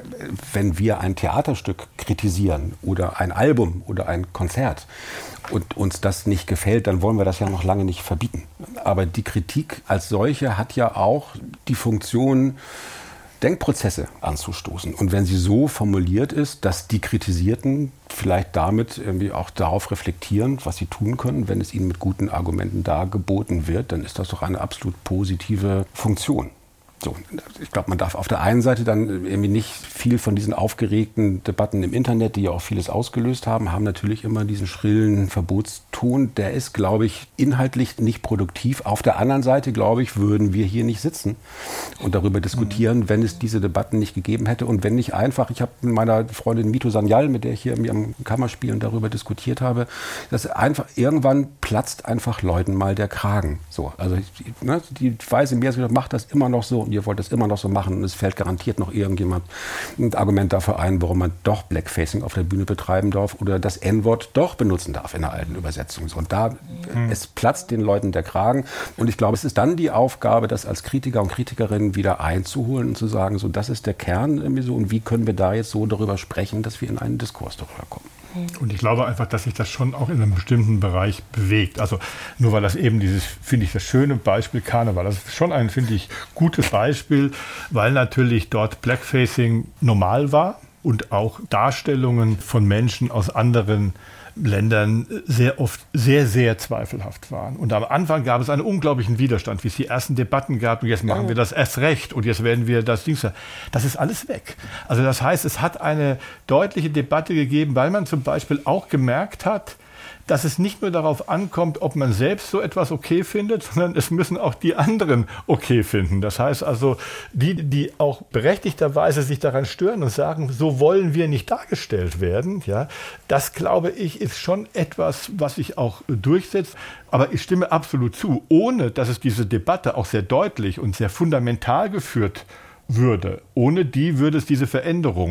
wenn wir ein Theaterstück kritisieren oder ein Album oder ein Konzert und uns das nicht gefällt, dann wollen wir das ja noch lange nicht verbieten. Aber die Kritik als solche hat ja auch die Funktion, Denkprozesse anzustoßen. Und wenn sie so formuliert ist, dass die Kritisierten vielleicht damit irgendwie auch darauf reflektieren, was sie tun können, wenn es ihnen mit guten Argumenten dargeboten wird, dann ist das doch eine absolut positive Funktion. So, ich glaube, man darf auf der einen Seite dann irgendwie nicht viel von diesen aufgeregten Debatten im Internet, die ja auch vieles ausgelöst haben natürlich immer diesen schrillen Verbotston. Der ist, glaube ich, inhaltlich nicht produktiv. Auf der anderen Seite, glaube ich, würden wir hier nicht sitzen und darüber diskutieren, wenn es diese Debatten nicht gegeben hätte. Und wenn nicht einfach, ich habe mit meiner Freundin Mito Sanyal, mit der ich hier am Kammerspielen darüber diskutiert habe, dass einfach irgendwann platzt einfach Leuten mal der Kragen. So, also die weiße Mehrheit macht das immer noch so und ihr wollt das immer noch so machen und es fällt garantiert noch irgendjemand ein Argument dafür ein, warum man doch Blackfacing auf der Bühne betreiben darf oder das N-Wort doch benutzen darf in der alten Übersetzung. Und da, es platzt den Leuten der Kragen und ich glaube, es ist dann die Aufgabe, das als Kritiker und Kritikerin wieder einzuholen und zu sagen, so, das ist der Kern irgendwie so und wie können wir da jetzt so darüber sprechen, dass wir in einen Diskurs darüber kommen. Und ich glaube einfach, dass sich das schon auch in einem bestimmten Bereich bewegt. Also nur weil das eben dieses, finde ich, das schöne Beispiel Karneval, das ist schon ein, finde ich, gutes Beispiel, weil natürlich dort Blackfacing normal war und auch Darstellungen von Menschen aus anderen Ländern sehr oft sehr, sehr zweifelhaft waren. Und am Anfang gab es einen unglaublichen Widerstand, wie es die ersten Debatten gab. Und jetzt machen wir das erst recht und jetzt werden wir das Ding. Das ist alles weg. Also das heißt, es hat eine deutliche Debatte gegeben, weil man zum Beispiel auch gemerkt hat, dass es nicht nur darauf ankommt, ob man selbst so etwas okay findet, sondern es müssen auch die anderen okay finden. Das heißt also, die auch berechtigterweise sich daran stören und sagen, so wollen wir nicht dargestellt werden, ja, das, glaube ich, ist schon etwas, was sich auch durchsetzt. Aber ich stimme absolut zu, ohne dass es diese Debatte auch sehr deutlich und sehr fundamental geführt würde. Ohne die würde es diese Veränderung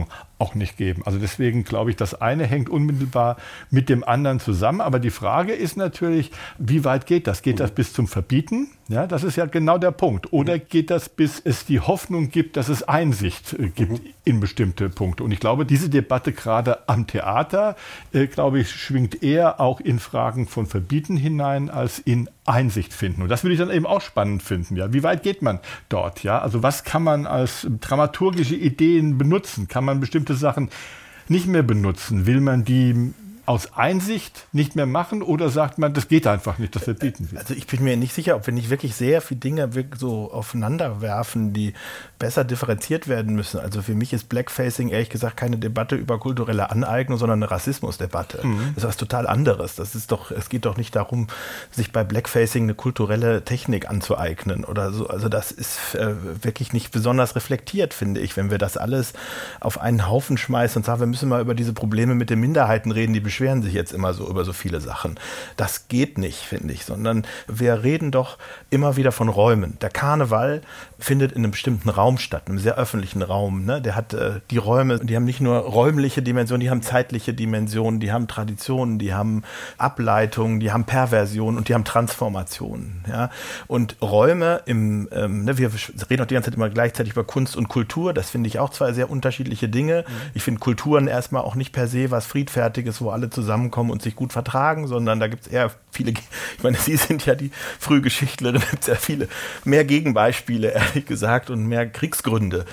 auch nicht geben. Also deswegen glaube ich, das eine hängt unmittelbar mit dem anderen zusammen. Aber die Frage ist natürlich, wie weit geht das? Geht das bis zum Verbieten? Ja, das ist ja genau der Punkt. Oder geht das, bis es die Hoffnung gibt, dass es Einsicht gibt in bestimmte Punkte? Und ich glaube, diese Debatte gerade am Theater, glaube ich, schwingt eher auch in Fragen von Verbieten hinein als in Einsicht finden. Und das würde ich dann eben auch spannend finden. Ja, wie weit geht man dort? Ja, also was kann man als dramaturgische Ideen benutzen? Kann man bestimmte Sachen nicht mehr benutzen? Will man die aus Einsicht nicht mehr machen oder sagt man, das geht einfach nicht, das verbieten wir? Also ich bin mir nicht sicher, ob wir nicht wirklich sehr viele Dinge wirklich so aufeinander werfen, die besser differenziert werden müssen. Also für mich ist Blackfacing ehrlich gesagt keine Debatte über kulturelle Aneignung, sondern eine Rassismusdebatte. Das ist was total anderes. Es geht doch nicht darum, sich bei Blackfacing eine kulturelle Technik anzueignen oder so. Also das ist wirklich nicht besonders reflektiert, finde ich, wenn wir das alles auf einen Haufen schmeißen und sagen, wir müssen mal über diese Probleme mit den Minderheiten reden, die beschweren sich jetzt immer so über so viele Sachen. Das geht nicht, finde ich, sondern wir reden doch immer wieder von Räumen. Der Karneval findet in einem bestimmten Raum statt, einem sehr öffentlichen Raum. Ne? Der hat die Räume, die haben nicht nur räumliche Dimensionen, die haben zeitliche Dimensionen, die haben Traditionen, die haben Ableitungen, die haben Perversionen und die haben Transformationen. Ja? Und Räume, wir reden auch die ganze Zeit immer gleichzeitig über Kunst und Kultur, das finde ich auch zwei sehr unterschiedliche Dinge. Ich finde Kulturen erstmal auch nicht per se was Friedfertiges, wo alle zusammenkommen und sich gut vertragen, sondern da gibt es eher viele, ich meine, Sie sind ja die Frühgeschichtlerin, da gibt es ja mehr Gegenbeispiele, ehrlich gesagt, und mehr Kriegsgründe.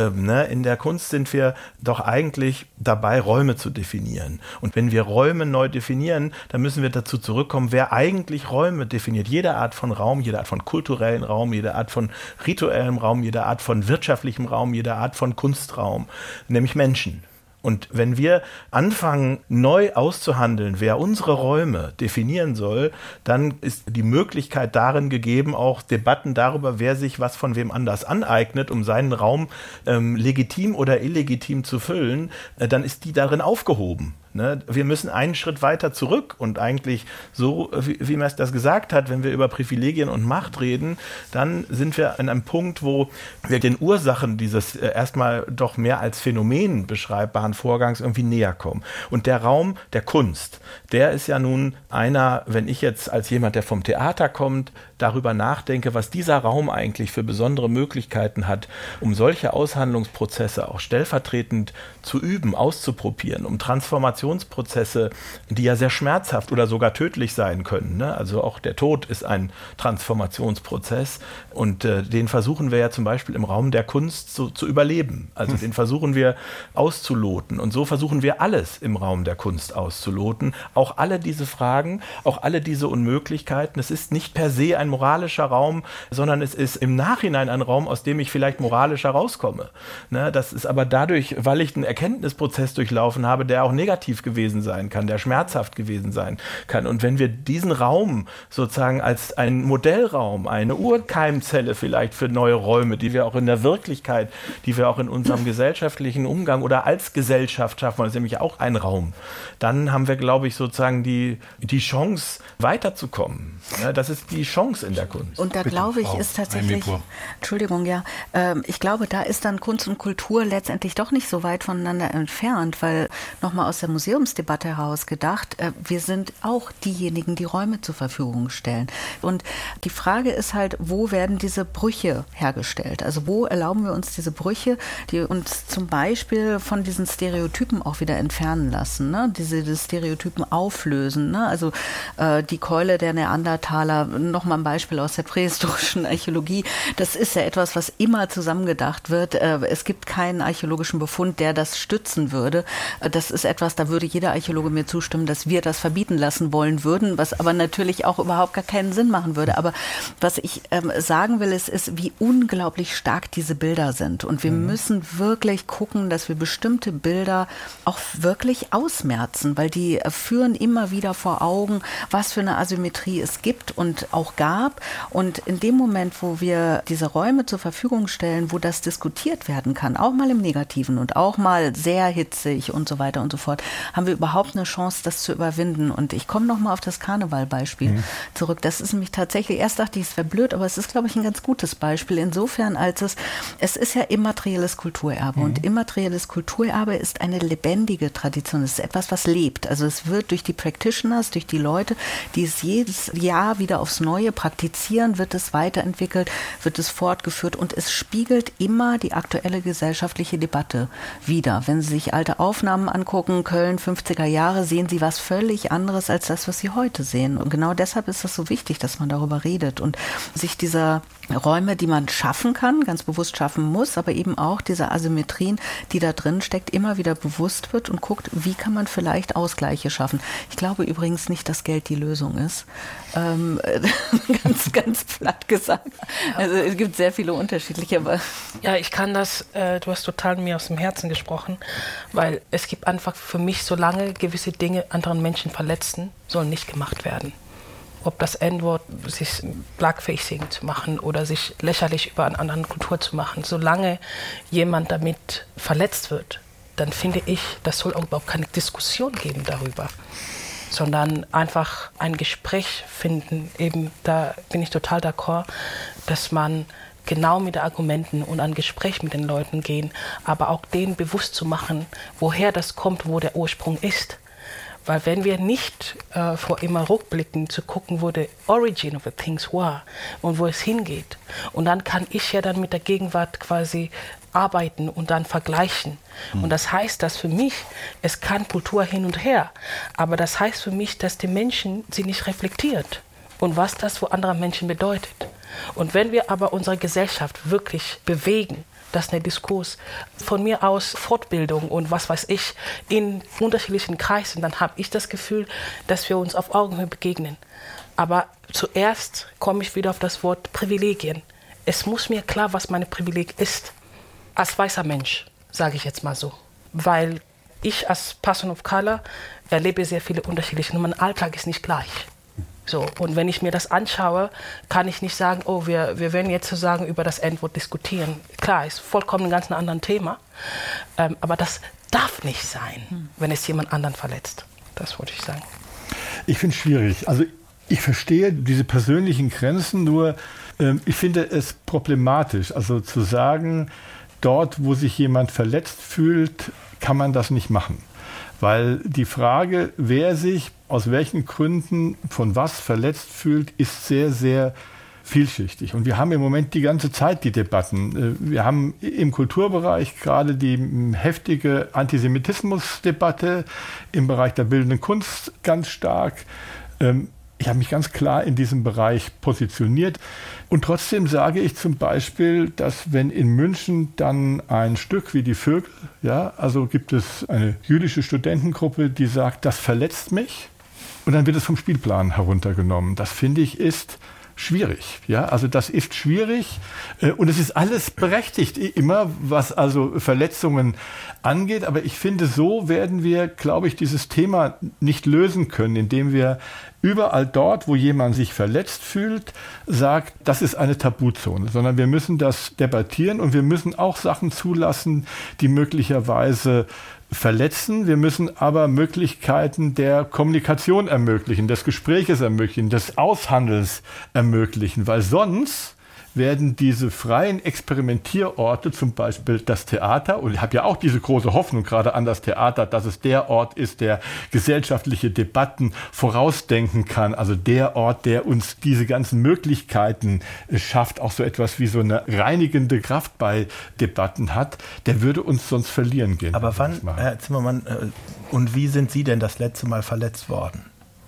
In der Kunst sind wir doch eigentlich dabei, Räume zu definieren. Und wenn wir Räume neu definieren, dann müssen wir dazu zurückkommen, wer eigentlich Räume definiert. Jede Art von Raum, jede Art von kulturellen Raum, jede Art von rituellem Raum, jede Art von wirtschaftlichem Raum, jede Art von Kunstraum, nämlich Menschen. Und wenn wir anfangen, neu auszuhandeln, wer unsere Räume definieren soll, dann ist die Möglichkeit darin gegeben, auch Debatten darüber, wer sich was von wem anders aneignet, um seinen Raum legitim oder illegitim zu füllen, dann ist die darin aufgehoben. Wir müssen einen Schritt weiter zurück und eigentlich so, wie man das gesagt hat, wenn wir über Privilegien und Macht reden, dann sind wir an einem Punkt, wo wir den Ursachen dieses erstmal doch mehr als Phänomen beschreibbaren Vorgangs irgendwie näher kommen. Und der Raum der Kunst, der ist ja nun einer, wenn ich jetzt als jemand, der vom Theater kommt, darüber nachdenke, was dieser Raum eigentlich für besondere Möglichkeiten hat, um solche Aushandlungsprozesse auch stellvertretend zu üben, auszuprobieren, um Transformationsprozesse, die ja sehr schmerzhaft oder sogar tödlich sein können. Ne? Also auch der Tod ist ein Transformationsprozess und den versuchen wir ja zum Beispiel im Raum der Kunst zu überleben. Also den versuchen wir auszuloten und so versuchen wir alles im Raum der Kunst auszuloten. Auch alle diese Fragen, auch alle diese Unmöglichkeiten. Es ist nicht per se ein moralischer Raum, sondern es ist im Nachhinein ein Raum, aus dem ich vielleicht moralisch herauskomme. Ne? Das ist aber dadurch, weil ich einen Erkenntnisprozess durchlaufen habe, der auch negativ gewesen sein kann, der schmerzhaft gewesen sein kann. Und wenn wir diesen Raum sozusagen als einen Modellraum, eine Urkeimzelle vielleicht für neue Räume, die wir auch in der Wirklichkeit, die wir auch in unserem gesellschaftlichen Umgang oder als Gesellschaft schaffen, das ist nämlich auch ein Raum, dann haben wir, glaube ich, sozusagen die Chance, weiterzukommen. Ja, das ist die Chance in der Kunst. Und da glaube ich, ist tatsächlich, Entschuldigung, ja, ich glaube, da ist dann Kunst und Kultur letztendlich doch nicht so weit voneinander entfernt, weil nochmal aus der Museumsdebatte heraus gedacht, wir sind auch diejenigen, die Räume zur Verfügung stellen. Und die Frage ist halt, wo werden diese Brüche hergestellt? Also wo erlauben wir uns diese Brüche, die uns zum Beispiel von diesen Stereotypen auch wieder entfernen lassen, ne? Diese Stereotypen auflösen, ne? Also die Keule der Neandertaler, nochmal ein Beispiel aus der prähistorischen Archäologie, das ist ja etwas, was immer zusammengedacht wird. Es gibt keinen archäologischen Befund, der das stützen würde. Das ist etwas, da würde jeder Archäologe mir zustimmen, dass wir das verbieten lassen wollen würden, was aber natürlich auch überhaupt gar keinen Sinn machen würde. Aber was ich sagen will, ist, wie unglaublich stark diese Bilder sind. Und wir müssen wirklich gucken, dass wir bestimmte Bilder auch wirklich ausmerzen, weil die führen immer wieder vor Augen, was für eine Asymmetrie es gibt und auch gar gab. Und in dem Moment, wo wir diese Räume zur Verfügung stellen, wo das diskutiert werden kann, auch mal im Negativen und auch mal sehr hitzig und so weiter und so fort, haben wir überhaupt eine Chance, das zu überwinden. Und ich komme nochmal auf das Karnevalbeispiel zurück. Das ist nämlich tatsächlich, erst dachte ich, es wäre blöd, aber es ist, glaube ich, ein ganz gutes Beispiel. Insofern, als es ist ja immaterielles Kulturerbe. Und immaterielles Kulturerbe ist eine lebendige Tradition. Es ist etwas, was lebt. Also es wird durch die Practitioners, durch die Leute, die es jedes Jahr wieder aufs Neue praktizieren, wird es weiterentwickelt, wird es fortgeführt und es spiegelt immer die aktuelle gesellschaftliche Debatte wider. Wenn Sie sich alte Aufnahmen angucken, Köln 50er Jahre, sehen Sie was völlig anderes als das, was Sie heute sehen. Und genau deshalb ist es so wichtig, dass man darüber redet und sich dieser Räume, die man schaffen kann, ganz bewusst schaffen muss, aber eben auch diese Asymmetrien, die da drin steckt, immer wieder bewusst wird und guckt, wie kann man vielleicht Ausgleiche schaffen. Ich glaube übrigens nicht, dass Geld die Lösung ist. Ganz platt gesagt. Also es gibt sehr viele unterschiedliche. Aber ja, ich kann das, du hast total mir aus dem Herzen gesprochen, weil es gibt einfach für mich, solange gewisse Dinge anderen Menschen verletzen, sollen nicht gemacht werden. Ob das N-Wort, sich Blackfacing zu machen oder sich lächerlich über eine andere Kultur zu machen. Solange jemand damit verletzt wird, dann finde ich, das soll überhaupt keine Diskussion geben darüber, sondern einfach ein Gespräch finden. Eben, da bin ich total d'accord, dass man genau mit den Argumenten und ein Gespräch mit den Leuten gehen, aber auch denen bewusst zu machen, woher das kommt, wo der Ursprung ist. Weil wenn wir nicht vor immer rückblicken, zu gucken, wo der Origin of the things war und wo es hingeht. Und dann kann ich ja dann mit der Gegenwart quasi arbeiten und dann vergleichen. Und das heißt, dass für mich, es kann Kultur hin und her, aber das heißt für mich, dass die Menschen sie nicht reflektiert und was das für andere Menschen bedeutet. Und wenn wir aber unsere Gesellschaft wirklich bewegen, dass der Diskurs von mir aus Fortbildung und was weiß ich in unterschiedlichen Kreisen, dann habe ich das Gefühl, dass wir uns auf Augenhöhe begegnen. Aber zuerst komme ich wieder auf das Wort Privilegien. Es muss mir klar, was mein Privileg ist. Als weißer Mensch, sage ich jetzt mal so. Weil ich als Person of Color erlebe sehr viele unterschiedliche und mein Alltag ist nicht gleich. So, und wenn ich mir das anschaue, kann ich nicht sagen, oh, wir werden jetzt sozusagen über das N-Wort diskutieren. Klar, ist vollkommen ein ganz anderes Thema. Aber das darf nicht sein, wenn es jemand anderen verletzt. Das wollte ich sagen. Ich finde es schwierig. Also ich verstehe diese persönlichen Grenzen, nur ich finde es problematisch. Also zu sagen, dort, wo sich jemand verletzt fühlt, kann man das nicht machen. Weil die Frage, wer sich aus welchen Gründen von was verletzt fühlt, ist sehr, sehr vielschichtig. Und wir haben im Moment die ganze Zeit die Debatten. Wir haben im Kulturbereich gerade die heftige Antisemitismusdebatte, im Bereich der bildenden Kunst ganz stark. Ich habe mich ganz klar in diesem Bereich positioniert. Und trotzdem sage ich zum Beispiel, dass wenn in München dann ein Stück wie die Vögel, ja, also gibt es eine jüdische Studentengruppe, die sagt, das verletzt mich, und dann wird es vom Spielplan heruntergenommen. Das finde ich ist schwierig. Ja, also das ist schwierig und es ist alles berechtigt, immer was also Verletzungen angeht. Aber ich finde, so werden wir, glaube ich, dieses Thema nicht lösen können, indem wir überall dort, wo jemand sich verletzt fühlt, sagt, das ist eine Tabuzone, sondern wir müssen das debattieren und wir müssen auch Sachen zulassen, die möglicherweise verletzen. Wir müssen aber Möglichkeiten der Kommunikation ermöglichen, des Gespräches ermöglichen, des Aushandels ermöglichen, weil sonst werden diese freien Experimentierorte, zum Beispiel das Theater, und ich habe ja auch diese große Hoffnung gerade an das Theater, dass es der Ort ist, der gesellschaftliche Debatten vorausdenken kann, also der Ort, der uns diese ganzen Möglichkeiten schafft, auch so etwas wie so eine reinigende Kraft bei Debatten hat, der würde uns sonst verlieren gehen. Aber wann, Herr Zimmermann, und wie sind Sie denn das letzte Mal verletzt worden?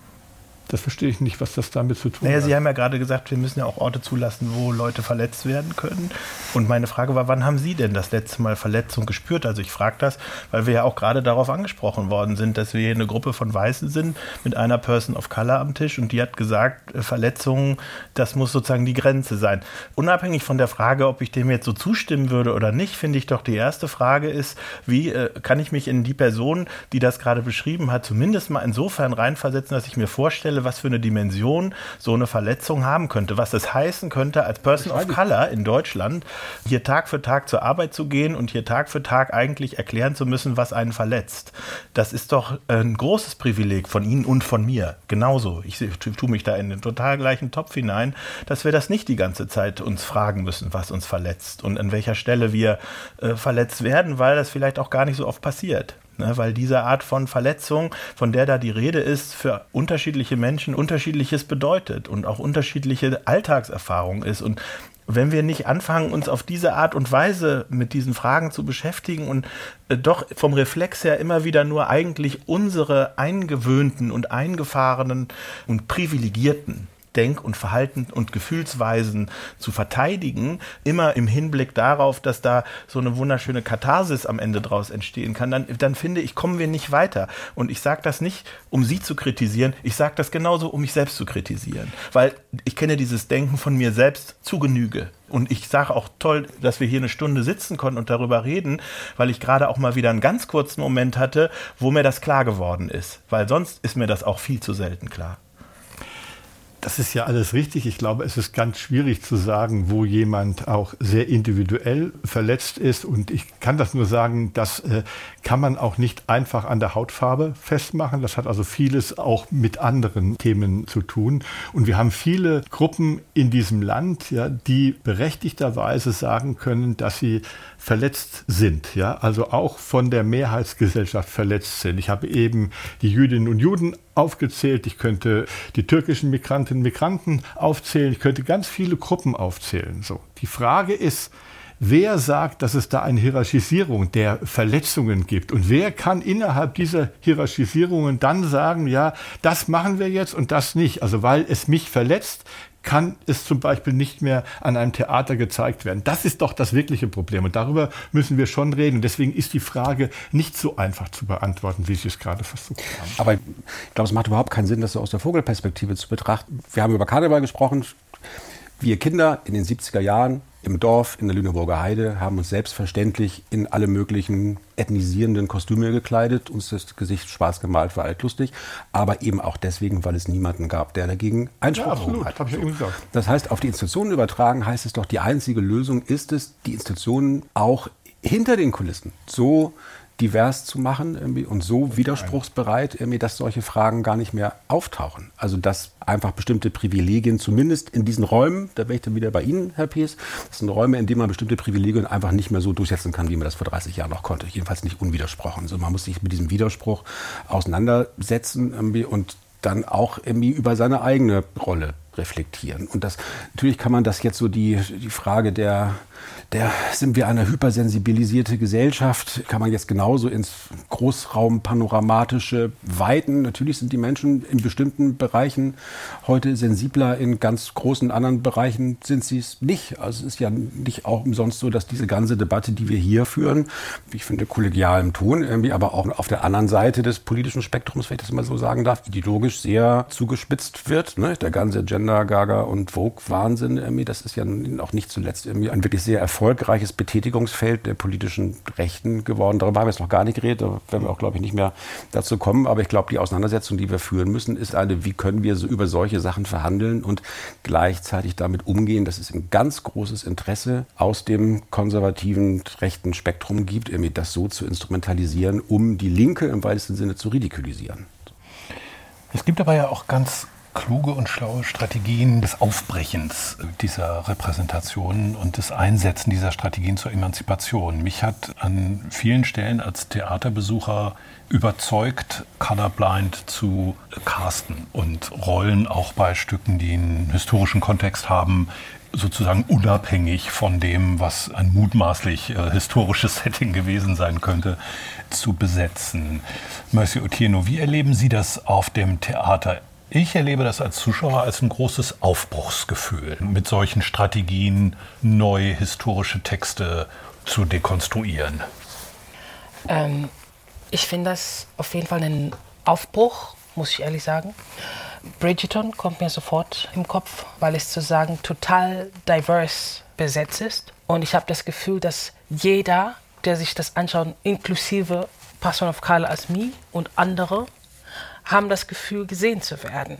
Das verstehe ich nicht, was das damit zu tun hat. Sie haben ja gerade gesagt, wir müssen ja auch Orte zulassen, wo Leute verletzt werden können. Und meine Frage war, wann haben Sie denn das letzte Mal Verletzung gespürt? Also ich frage das, weil wir ja auch gerade darauf angesprochen worden sind, dass wir hier eine Gruppe von Weißen sind mit einer Person of Color am Tisch und die hat gesagt, Verletzungen, das muss sozusagen die Grenze sein. Unabhängig von der Frage, ob ich dem jetzt so zustimmen würde oder nicht, finde ich doch, die erste Frage ist, wie kann ich mich in die Person, die das gerade beschrieben hat, zumindest mal insofern reinversetzen, dass ich mir vorstelle, vorstelle, was für eine Dimension so eine Verletzung haben könnte, was es heißen könnte, als Person of Color in Deutschland hier Tag für Tag zur Arbeit zu gehen und hier Tag für Tag eigentlich erklären zu müssen, was einen verletzt. Das ist doch ein großes Privileg von Ihnen und von mir. Genauso. Ich tue mich da in den total gleichen Topf hinein, dass wir das nicht die ganze Zeit uns fragen müssen, was uns verletzt und an welcher Stelle wir verletzt werden, weil das vielleicht auch gar nicht so oft passiert. Ne, weil diese Art von Verletzung, von der da die Rede ist, für unterschiedliche Menschen Unterschiedliches bedeutet und auch unterschiedliche Alltagserfahrungen ist. Und wenn wir nicht anfangen, uns auf diese Art und Weise mit diesen Fragen zu beschäftigen und doch vom Reflex her immer wieder nur eigentlich unsere eingewöhnten und eingefahrenen und privilegierten Denk- und Verhalten- und Gefühlsweisen zu verteidigen, immer im Hinblick darauf, dass da so eine wunderschöne Katharsis am Ende draus entstehen kann, dann finde ich, kommen wir nicht weiter. Und ich sage das nicht, um Sie zu kritisieren, ich sage das genauso, um mich selbst zu kritisieren. Weil ich kenne dieses Denken von mir selbst zu Genüge. Und ich sage auch toll, dass wir hier eine Stunde sitzen konnten und darüber reden, weil ich gerade auch mal wieder einen ganz kurzen Moment hatte, wo mir das klar geworden ist. Weil sonst ist mir das auch viel zu selten klar. Das ist ja alles richtig. Ich glaube, es ist ganz schwierig zu sagen, wo jemand auch sehr individuell verletzt ist. Und ich kann das nur sagen, das kann man auch nicht einfach an der Hautfarbe festmachen. Das hat also vieles auch mit anderen Themen zu tun. Und wir haben viele Gruppen in diesem Land, ja, die berechtigterweise sagen können, dass sie verletzt sind, ja, also auch von der Mehrheitsgesellschaft verletzt sind. Ich habe eben die Jüdinnen und Juden aufgezählt, ich könnte die türkischen Migrantinnen und Migranten aufzählen, ich könnte ganz viele Gruppen aufzählen. So. Die Frage ist, wer sagt, dass es da eine Hierarchisierung der Verletzungen gibt? Und wer kann innerhalb dieser Hierarchisierungen dann sagen, ja, das machen wir jetzt und das nicht? Also weil es mich verletzt, kann es zum Beispiel nicht mehr an einem Theater gezeigt werden. Das ist doch das wirkliche Problem. Und darüber müssen wir schon reden. Und deswegen ist die Frage nicht so einfach zu beantworten, wie Sie es gerade versucht haben. Aber ich glaube, es macht überhaupt keinen Sinn, das so aus der Vogelperspektive zu betrachten. Wir haben über Karneval gesprochen. Wir Kinder in den 70er Jahren im Dorf in der Lüneburger Heide haben uns selbstverständlich in alle möglichen ethnisierenden Kostüme gekleidet, uns das Gesicht schwarz gemalt war altlustig, aber eben auch deswegen, weil es niemanden gab, der dagegen Einspruch erhoben hat. Hab ich eben gesagt. Das heißt, auf die Institutionen übertragen heißt es doch, die einzige Lösung ist es, die Institutionen auch hinter den Kulissen so divers zu machen und so widerspruchsbereit, dass solche Fragen gar nicht mehr auftauchen. Also dass einfach bestimmte Privilegien, zumindest in diesen Räumen, da wäre ich dann wieder bei Ihnen, Herr Pees, das sind Räume, in denen man bestimmte Privilegien einfach nicht mehr so durchsetzen kann, wie man das vor 30 Jahren noch konnte. Jedenfalls nicht unwidersprochen. Also man muss sich mit diesem Widerspruch auseinandersetzen und dann auch über seine eigene Rolle reflektieren. Und das, natürlich kann man das jetzt so die Frage der sind wir eine hypersensibilisierte Gesellschaft, kann man jetzt genauso ins Großraumpanoramatische weiten. Natürlich sind die Menschen in bestimmten Bereichen heute sensibler, in ganz großen anderen Bereichen sind sie es nicht. Also es ist ja nicht auch umsonst so, dass diese ganze Debatte, die wir hier führen, wie ich finde, kollegial im Ton, aber auch auf der anderen Seite des politischen Spektrums, wenn ich das mal so sagen darf, ideologisch sehr zugespitzt wird. Ne? Der ganze Gender, Gaga und Vogue-Wahnsinn, das ist ja auch nicht zuletzt ein wirklich sehr erfolgreiches Betätigungsfeld der politischen Rechten geworden. Darüber haben wir jetzt noch gar nicht geredet, da werden wir auch, glaube ich, nicht mehr dazu kommen. Aber ich glaube, die Auseinandersetzung, die wir führen müssen, ist eine, wie können wir so über solche Sachen verhandeln und gleichzeitig damit umgehen, dass es ein ganz großes Interesse aus dem konservativen rechten Spektrum gibt, das so zu instrumentalisieren, um die Linke im weitesten Sinne zu ridikulisieren. Es gibt aber ja auch ganz kluge und schlaue Strategien des Aufbrechens dieser Repräsentationen und des Einsetzen dieser Strategien zur Emanzipation. Mich hat an vielen Stellen als Theaterbesucher überzeugt, Colorblind zu casten und Rollen auch bei Stücken, die einen historischen Kontext haben, sozusagen unabhängig von dem, was ein mutmaßlich historisches Setting gewesen sein könnte, zu besetzen. Monsieur Otieno, wie erleben Sie das auf dem Theater? Ich erlebe das als Zuschauer als ein großes Aufbruchsgefühl, mit solchen Strategien neue historische Texte zu dekonstruieren. Ich finde das auf jeden Fall ein Aufbruch, muss ich ehrlich sagen. Bridgerton kommt mir sofort im Kopf, weil es sozusagen total divers besetzt ist. Und ich habe das Gefühl, dass jeder, der sich das anschaut, inklusive Person of Color als mich und andere, haben das Gefühl, gesehen zu werden.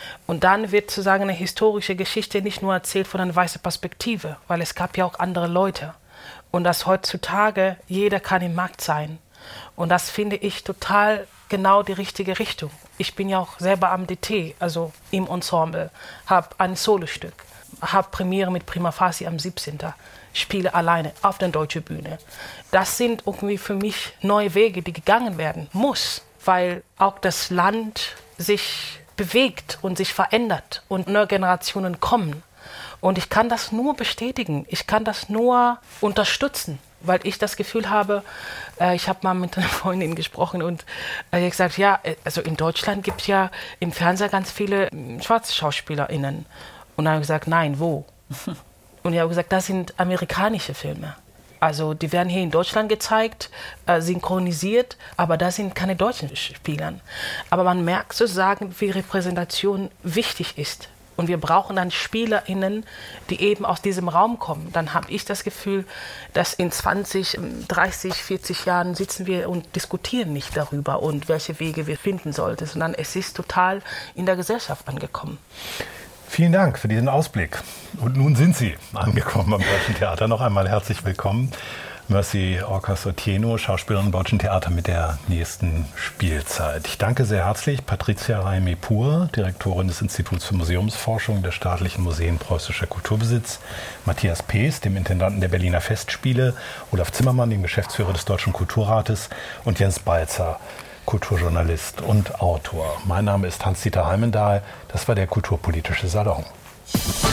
Und dann wird sozusagen eine historische Geschichte nicht nur erzählt von einer weißen Perspektive, weil es gab ja auch andere Leute. Und dass heutzutage jeder kann im Markt sein. Und das finde ich total genau die richtige Richtung. Ich bin ja auch selber am DT, also im Ensemble, habe ein Solostück, habe Premiere mit Prima Facie am 17. Spiele alleine auf der deutschen Bühne. Das sind irgendwie für mich neue Wege, die gegangen werden muss, weil auch das Land sich bewegt und sich verändert und neue Generationen kommen. Und ich kann das nur bestätigen, ich kann das nur unterstützen, weil ich das Gefühl habe, ich habe mal mit einer Freundin gesprochen und gesagt, ja, also in Deutschland gibt es ja im Fernsehen ganz viele schwarze SchauspielerInnen. Und dann habe ich gesagt, nein, wo? Und ich habe gesagt, das sind amerikanische Filme. Also die werden hier in Deutschland gezeigt, synchronisiert, aber das sind keine deutschen Spieler. Aber man merkt sozusagen, wie Repräsentation wichtig ist. Und wir brauchen dann SpielerInnen, die eben aus diesem Raum kommen. Dann habe ich das Gefühl, dass in 20, 30, 40 Jahren sitzen wir und diskutieren nicht darüber und welche Wege wir finden sollten, sondern es ist total in der Gesellschaft angekommen. Vielen Dank für diesen Ausblick. Und nun sind Sie angekommen am Deutschen Theater. Noch einmal herzlich willkommen. Mercy Orcas-Otieno, Schauspielerin im Deutschen Theater mit der nächsten Spielzeit. Ich danke sehr herzlich Patricia Raimi-Pur, Direktorin des Instituts für Museumsforschung der Staatlichen Museen Preußischer Kulturbesitz, Matthias Pees, dem Intendanten der Berliner Festspiele, Olaf Zimmermann, dem Geschäftsführer des Deutschen Kulturrates und Jens Balzer, Kulturjournalist und Autor. Mein Name ist Hans-Dieter Heimendahl. Das war der Kulturpolitische Salon.